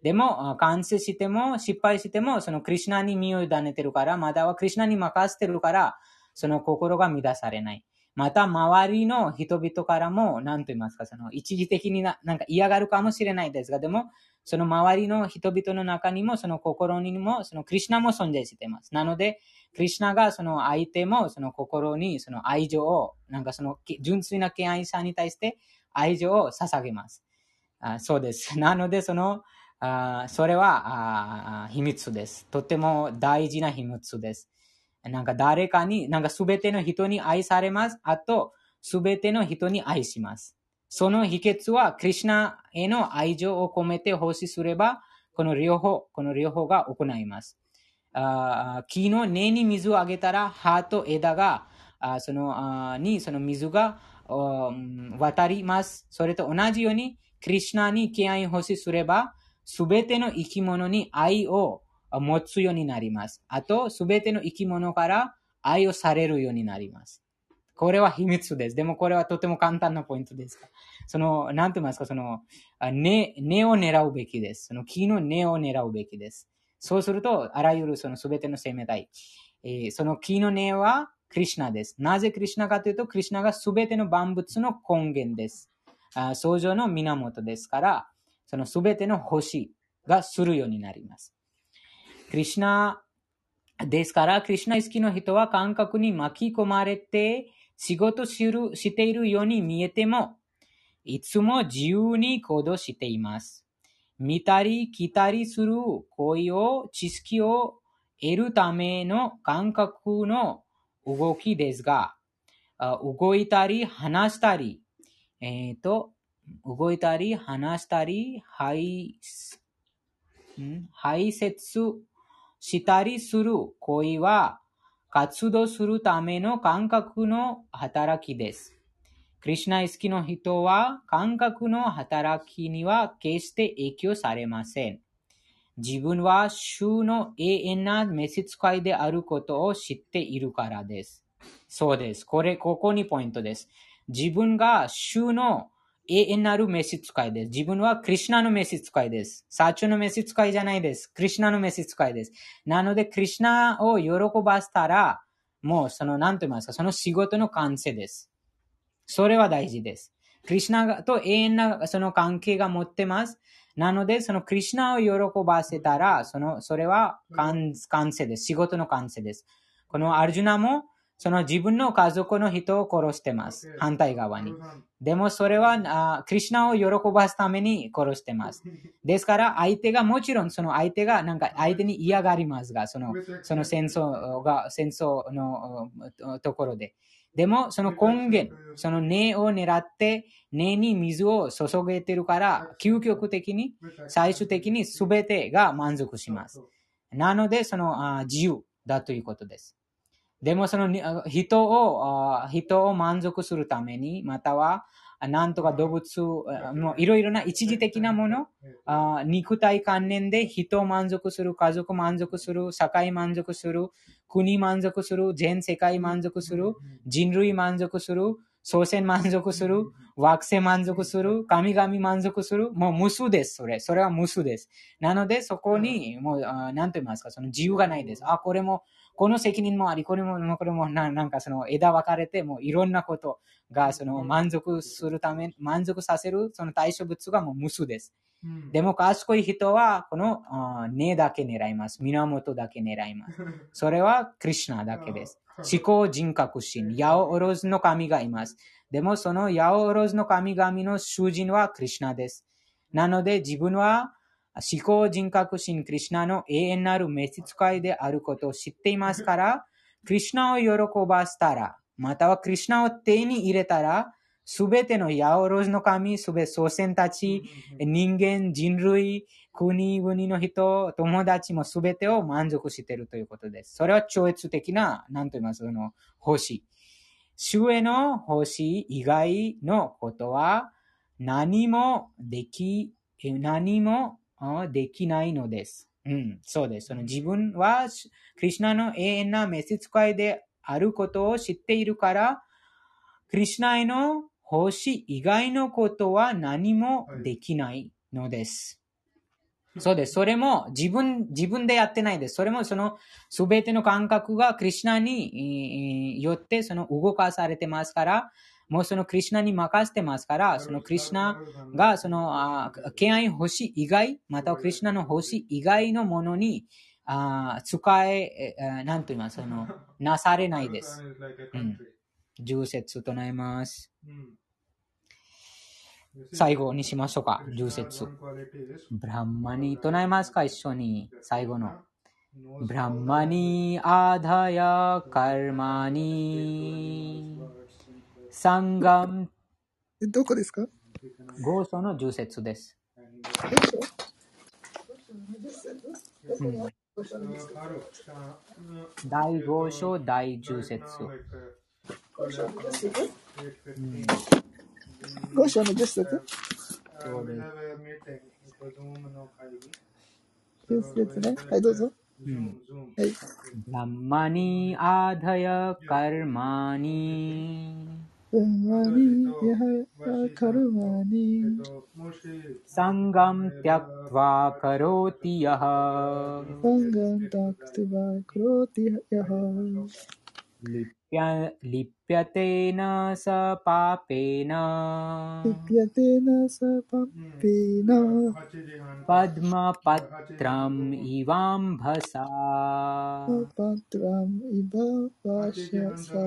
でも、完成しても、失敗しても、そのクリシュナに身を委ねてるから、またはクリシュナに任せてるから、その心が乱されない。また、周りの人々からも、何と言いますか、その一時的にな、なんか嫌がるかもしれないですが、でも、その周りの人々の中にも、その心にも、そのクリシュナも存在しています。なので、クリシュナがその相手も、その心にその愛情を、なんかその純粋な敬愛さんに対して愛情を捧げます。あ、そうです。なので、その、あそれはあ秘密です。とても大事な秘密です。なんか誰かに、なんかすべての人に愛されます。あと、すべての人に愛します。その秘訣は、クリシュナへの愛情を込めて奉仕すれば、この両方、この両方が行います。あ木の根に水をあげたら、葉と枝が、あそのあにその水が渡ります。それと同じように、クリシュナに敬愛を奉仕すれば、すべての生き物に愛を持つようになります。あと、すべての生き物から愛をされるようになります。これは秘密です。でもこれはとても簡単なポイントです。その、なんて言いますか、その、根、根を狙うべきです。その木の根を狙うべきです。そうすると、あらゆるそのすべての生命体、えー、その木の根はクリシュナです。なぜクリシュナかというと、クリシュナがすべての万物の根源です。あ創造の源ですから、そのすべての星がするようになります。クリシュナですから、クリシュナ意識の人は感覚に巻き込まれて仕事するしているように見えても、いつも自由に行動しています。見たり聞いたりする行為を、知識を得るための感覚の動きですが、動いたり話したり、えっと、動いたり話したり、排、排泄したりする行為は、活動するための感覚の働きです。クリシュナ意識の人は感覚の働きには決して影響されません。自分は主の永遠な召使いであることを知っているからです。そうです。これ、ここにポイントです。自分が主の永遠なる召使いです。自分はクリシュナの召使いです。サチュの召使いじゃないです。クリシュナの召使いです。なので、クリシュナを喜ばせたら、もうその、なんと言いますか、その仕事の完成です。それは大事です。クリシュナと永遠なその関係が持ってます。なので、そのクリシュナを喜ばせたら、その、それは完成です。仕事の完成です。このアルジュナも、その自分の家族の人を殺してます。反対側に。でもそれは、クリシュナを喜ばすために殺してます。ですから、相手が、もちろんその相手が、なんか相手に嫌がりますが、その、その戦争が、戦争のところで。でも、その根源、その根を狙って、根に水を注げてるから、究極的に、最終的に全てが満足します。なので、その自由だということです。でも、その人を、人を満足するために、または、なんとか動物、もういろいろな一時的なもの、肉体関連で人を満足する、家族満足する、社会満足する、国満足する、全世界満足する、人類満足する、祖先満足する、惑星満足する、神々満足する、もう無数です、それ。それは無数です。なので、そこに、もう、なんと言いますか、その自由がないです。あ、これも、この責任もあり、これも、これもな、なんかその枝分かれて、もういろんなことが、その満足するため、満足させる、その対象物がもう無数です。でも賢い人は、この根だけ狙います。源だけ狙います。それはクリシュナだけです。思考人格心、ヤオオロズの神がいます。でもそのヤオオロズの神々の主人はクリシュナです。なので自分は思考人格心クリシュナの永遠なる召使いであることを知っていますから、クリシュナを喜ばせたら、またはクリシュナを手に入れたら、すべてのヤオロズの神、すべて祖先たち、人間、人類、国々の人、友達もすべてを満足しているということです。それは超越的な、なんと言いますか、その星。主への星以外のことは何もでき、何もできないのです。うん、そうです。その自分はクリシュナの永遠な召使いであることを知っているから、クリシュナへの星以外のことは何もできないのです。 そうです。それも自分、自分でやってないです。それもそのすべての感覚がクリシュナによってその動かされてますから、もうそのクリシュナに任せてますから、そのクリシュナがその敬愛星以外、またはクリシュナの星以外のものにあ使え、なんと言います、そのなされないです。うん。十節唱えます。最後にしましょうか。十節。ブランマニ唱えますか、一緒に。最後の。ブランマニアダヤカルマニサンガム。 どこですか？ 五章の十節です。うん、第五章第十節。 五章の十節？ そうです。 十節ね。はい、どうぞ。 うん、はい。ブランマニアダヤカルマニブランマニヤカルマニサンガムテャクトワカロティヤハサンガムタクトワカロティヤハリピャリピャテナサパペナリピャテナサパペナパドマパトラムイワンバサパトラムイババシャサ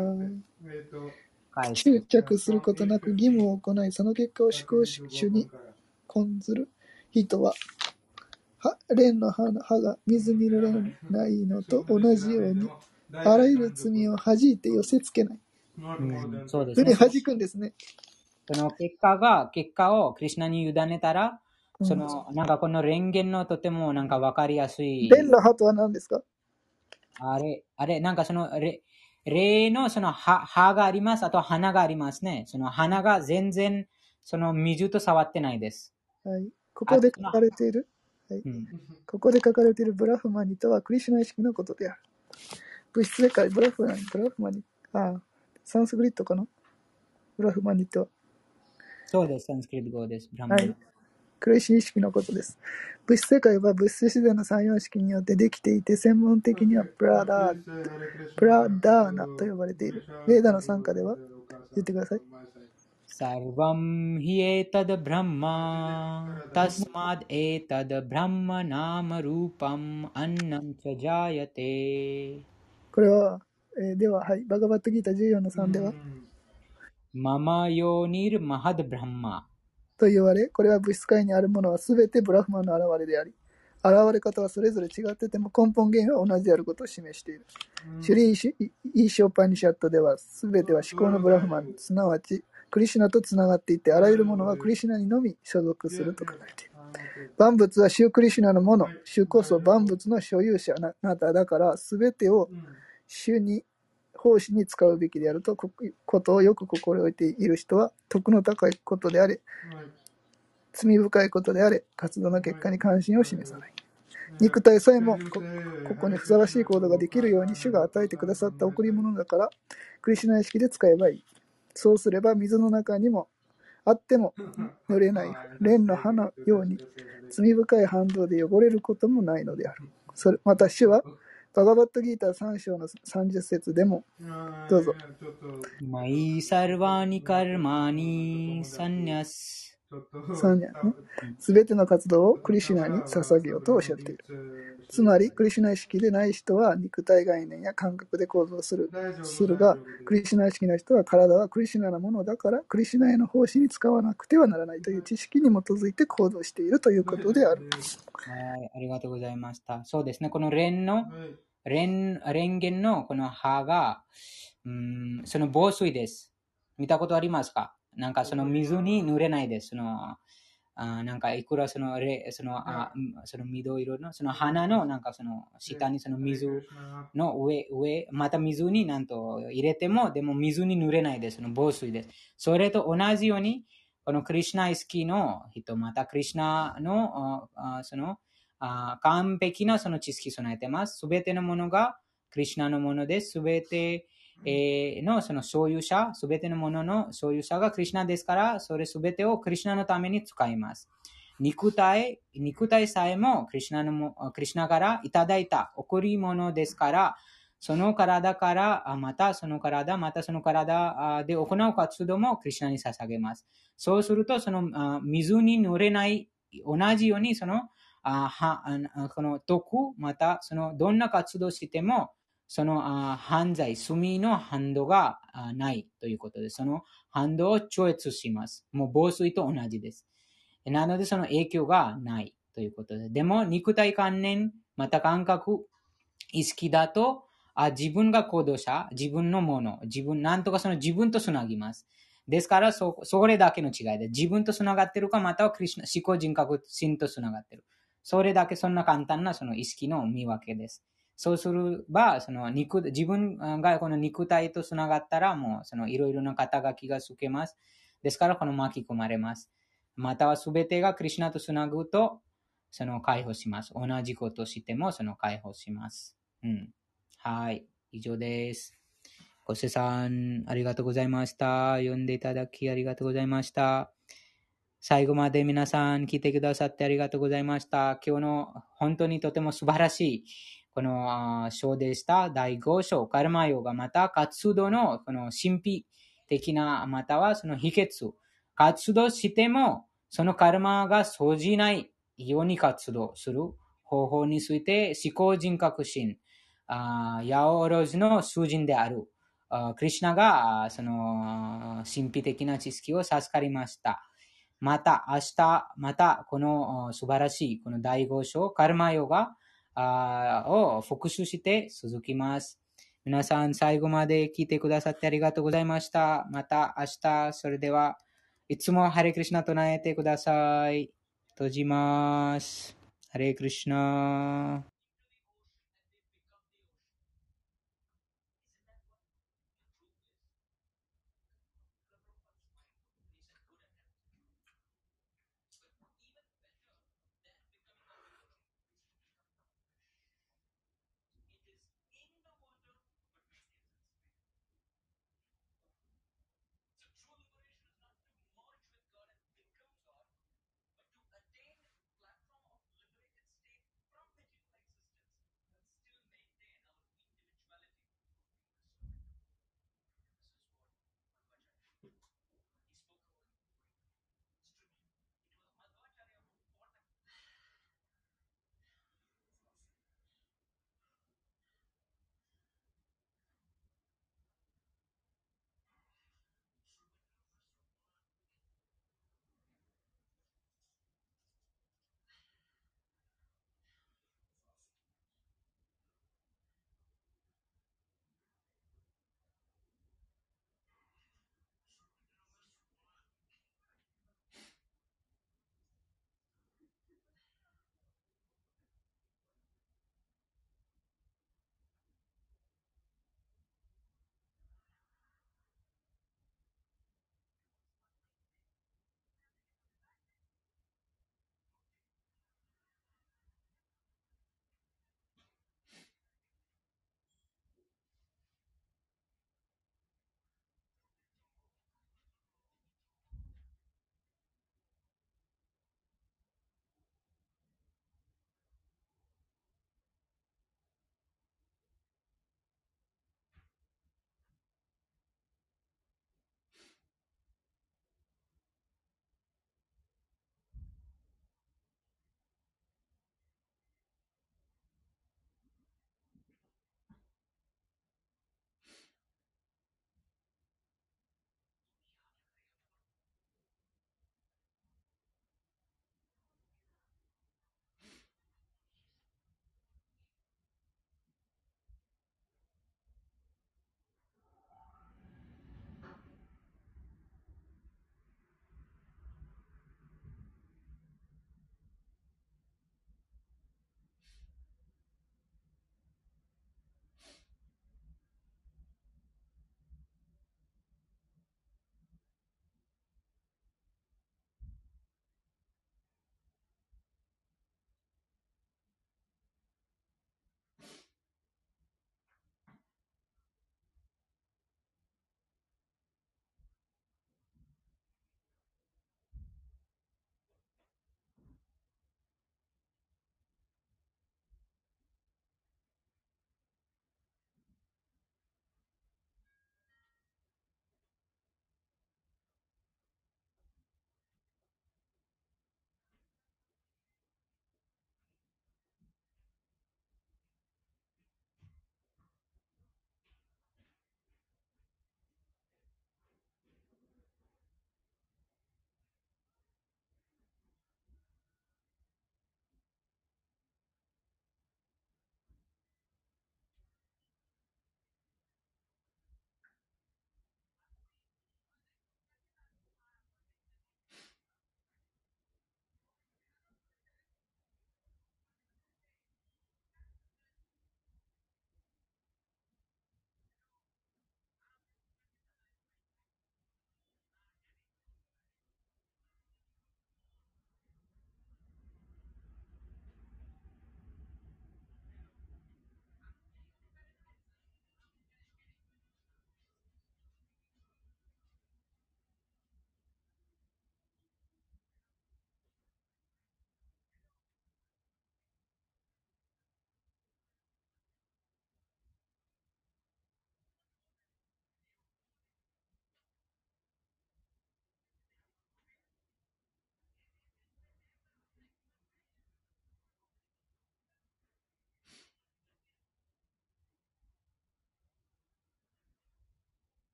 執着することなく義務を行い、その結果を思考主に根ずる人は、蓮の葉が水に濡れないのと同じように、あらゆる罪を弾いて寄せつけない。 うん、そうですね。 弾くんですね。 その結果が、結果をクリシュナに委ねたら、うん、その、なんかこの蓮華のとてもなんかわかりやすい。 蓮の葉とは何ですか？ あれ、あれ、なんかその、れ霊のその葉、葉があります。あと花がありますね。その花が全然、その水と触ってないです。 はい。ここで書かれている、はい、うん、ここで書かれているブラフマニとはクリシュナ意識のことである。物質世界、ブラフマニ、ブラフマニ、ああ、サンスクリットかな？ブラフマニとは。 そうです、サンスクリット語です。ブラフマニ。 はい。クリシュナ意識のことです。物質世界は物質自然の三様式によってできていて、専門的にはプラダー、プラダーナと呼ばれている。ベーダの参加では、言ってください。 サルバムヒエタダブランマタスマドエタダブランマナマルーパムアンナンチャジャヤテ。 これは、えー、では、はい、バガバットギータじゅうよんのさんでは、 ママヨニルマハダブランマと言われ、これは物質界にあるものはすべてブラフマンの現れであり、現れ方はそれぞれ違ってても根本原因は同じであることを示している。うん、シュリーイーショーパニシャットでは、すべては思考のブラフマン、すなわちクリシュナとつながっていて、あらゆるものはクリシュナにのみ所属すると書かれている。万物は主クリシュナのもの、主こそ万物の所有者ななただから、すべてを主に奉仕に使うべきであるとことをよく心得ている人は、徳の高いことであれ、罪深いことであれ、活動の結果に関心を示さない。肉体さえも こ, ここにふさわしい行動ができるように主が与えてくださった贈り物だから、クリシュナ意識で使えばいい。そうすれば水の中にもあっても濡れない蓮の葉のように罪深い反動で汚れることもないのである。それまた主はバガバットギーターさん章のさんじゅっ節でも、どうぞ。 マイサルバーニカルマニサンニャスサンニャね、すべての活動をクリシュナに捧げようとおっしゃっている。つまりクリシュナ意識でない人は肉体概念や感覚で行動するするが、クリシュナ意識の人は体はクリシュナのものだからクリシュナへの奉仕に使わなくてはならないという知識に基づいて行動しているということである。 はい、ありがとうございました。そうですね、この蓮の蓮華のこの葉がうーんその防水です。見たことありますか？なんかその水に濡れないです。そのあなんかいくらそのレそのあその緑色のその花のなんかその下にその水の上上また水になんと入れてもでも水に濡れないです。その防水です。それと同じようにこのクリシュナ意識の人またクリシュナのあそのあ完璧なその知識備えてます。すべてのものがクリシュナのものです。すべてのその所有者、すべてのものの所有者がクリシュナですから、それすべてをクリシュナのために使います。 肉体、肉体さえもクリシュナのも、クリシュナからいただいた贈り物ですから、その体から、またその体、またその体で行う活動もクリシュナに捧げます。そうすると、その水に濡れない、同じように、その、あはこの毒、またそのどんな活動しても、そのあ犯罪、罪の反動がないということで、その反動を超越します。もう防水と同じです。なので、その影響がないということで。でも、肉体観念、また感覚、意識だと、あ自分が行動者、自分のもの、自分、なんとかその自分とつなぎます。ですから、そ、それだけの違いで、自分とつながってるか、またはクリシュナ、思考人格心とつながってる。それだけ、そんな簡単なその意識の見分けです。そうすれば、その肉、自分がこの肉体とつながったら、もう、そのいろいろな肩書きがつけます。ですから、この巻き込まれます。またはすべてがクリシュナとつなぐと、その解放します。同じことしても、その解放します。うん。はい。以上です。ごせさん、ありがとうございました。読んでいただきありがとうございました。最後まで皆さん聞いてくださってありがとうございました。今日の本当にとても素晴らしい、この章でしただいご章、カルマヨガ、また活動のこの神秘的な、またはその秘訣。活動しても、そのカルマが生じないように活動する方法について、思考人格心、あヤオロジの囚人である、あクリシュナがその神秘的な知識を授かりました。また明日、またこの素晴らしいこのだいご章、カルマヨガを復習して続きます。皆さん最後まで聞いてくださってありがとうございました。また明日、それではいつもハレクリシュナ唱えてください。閉じます。ハレクリシュナ。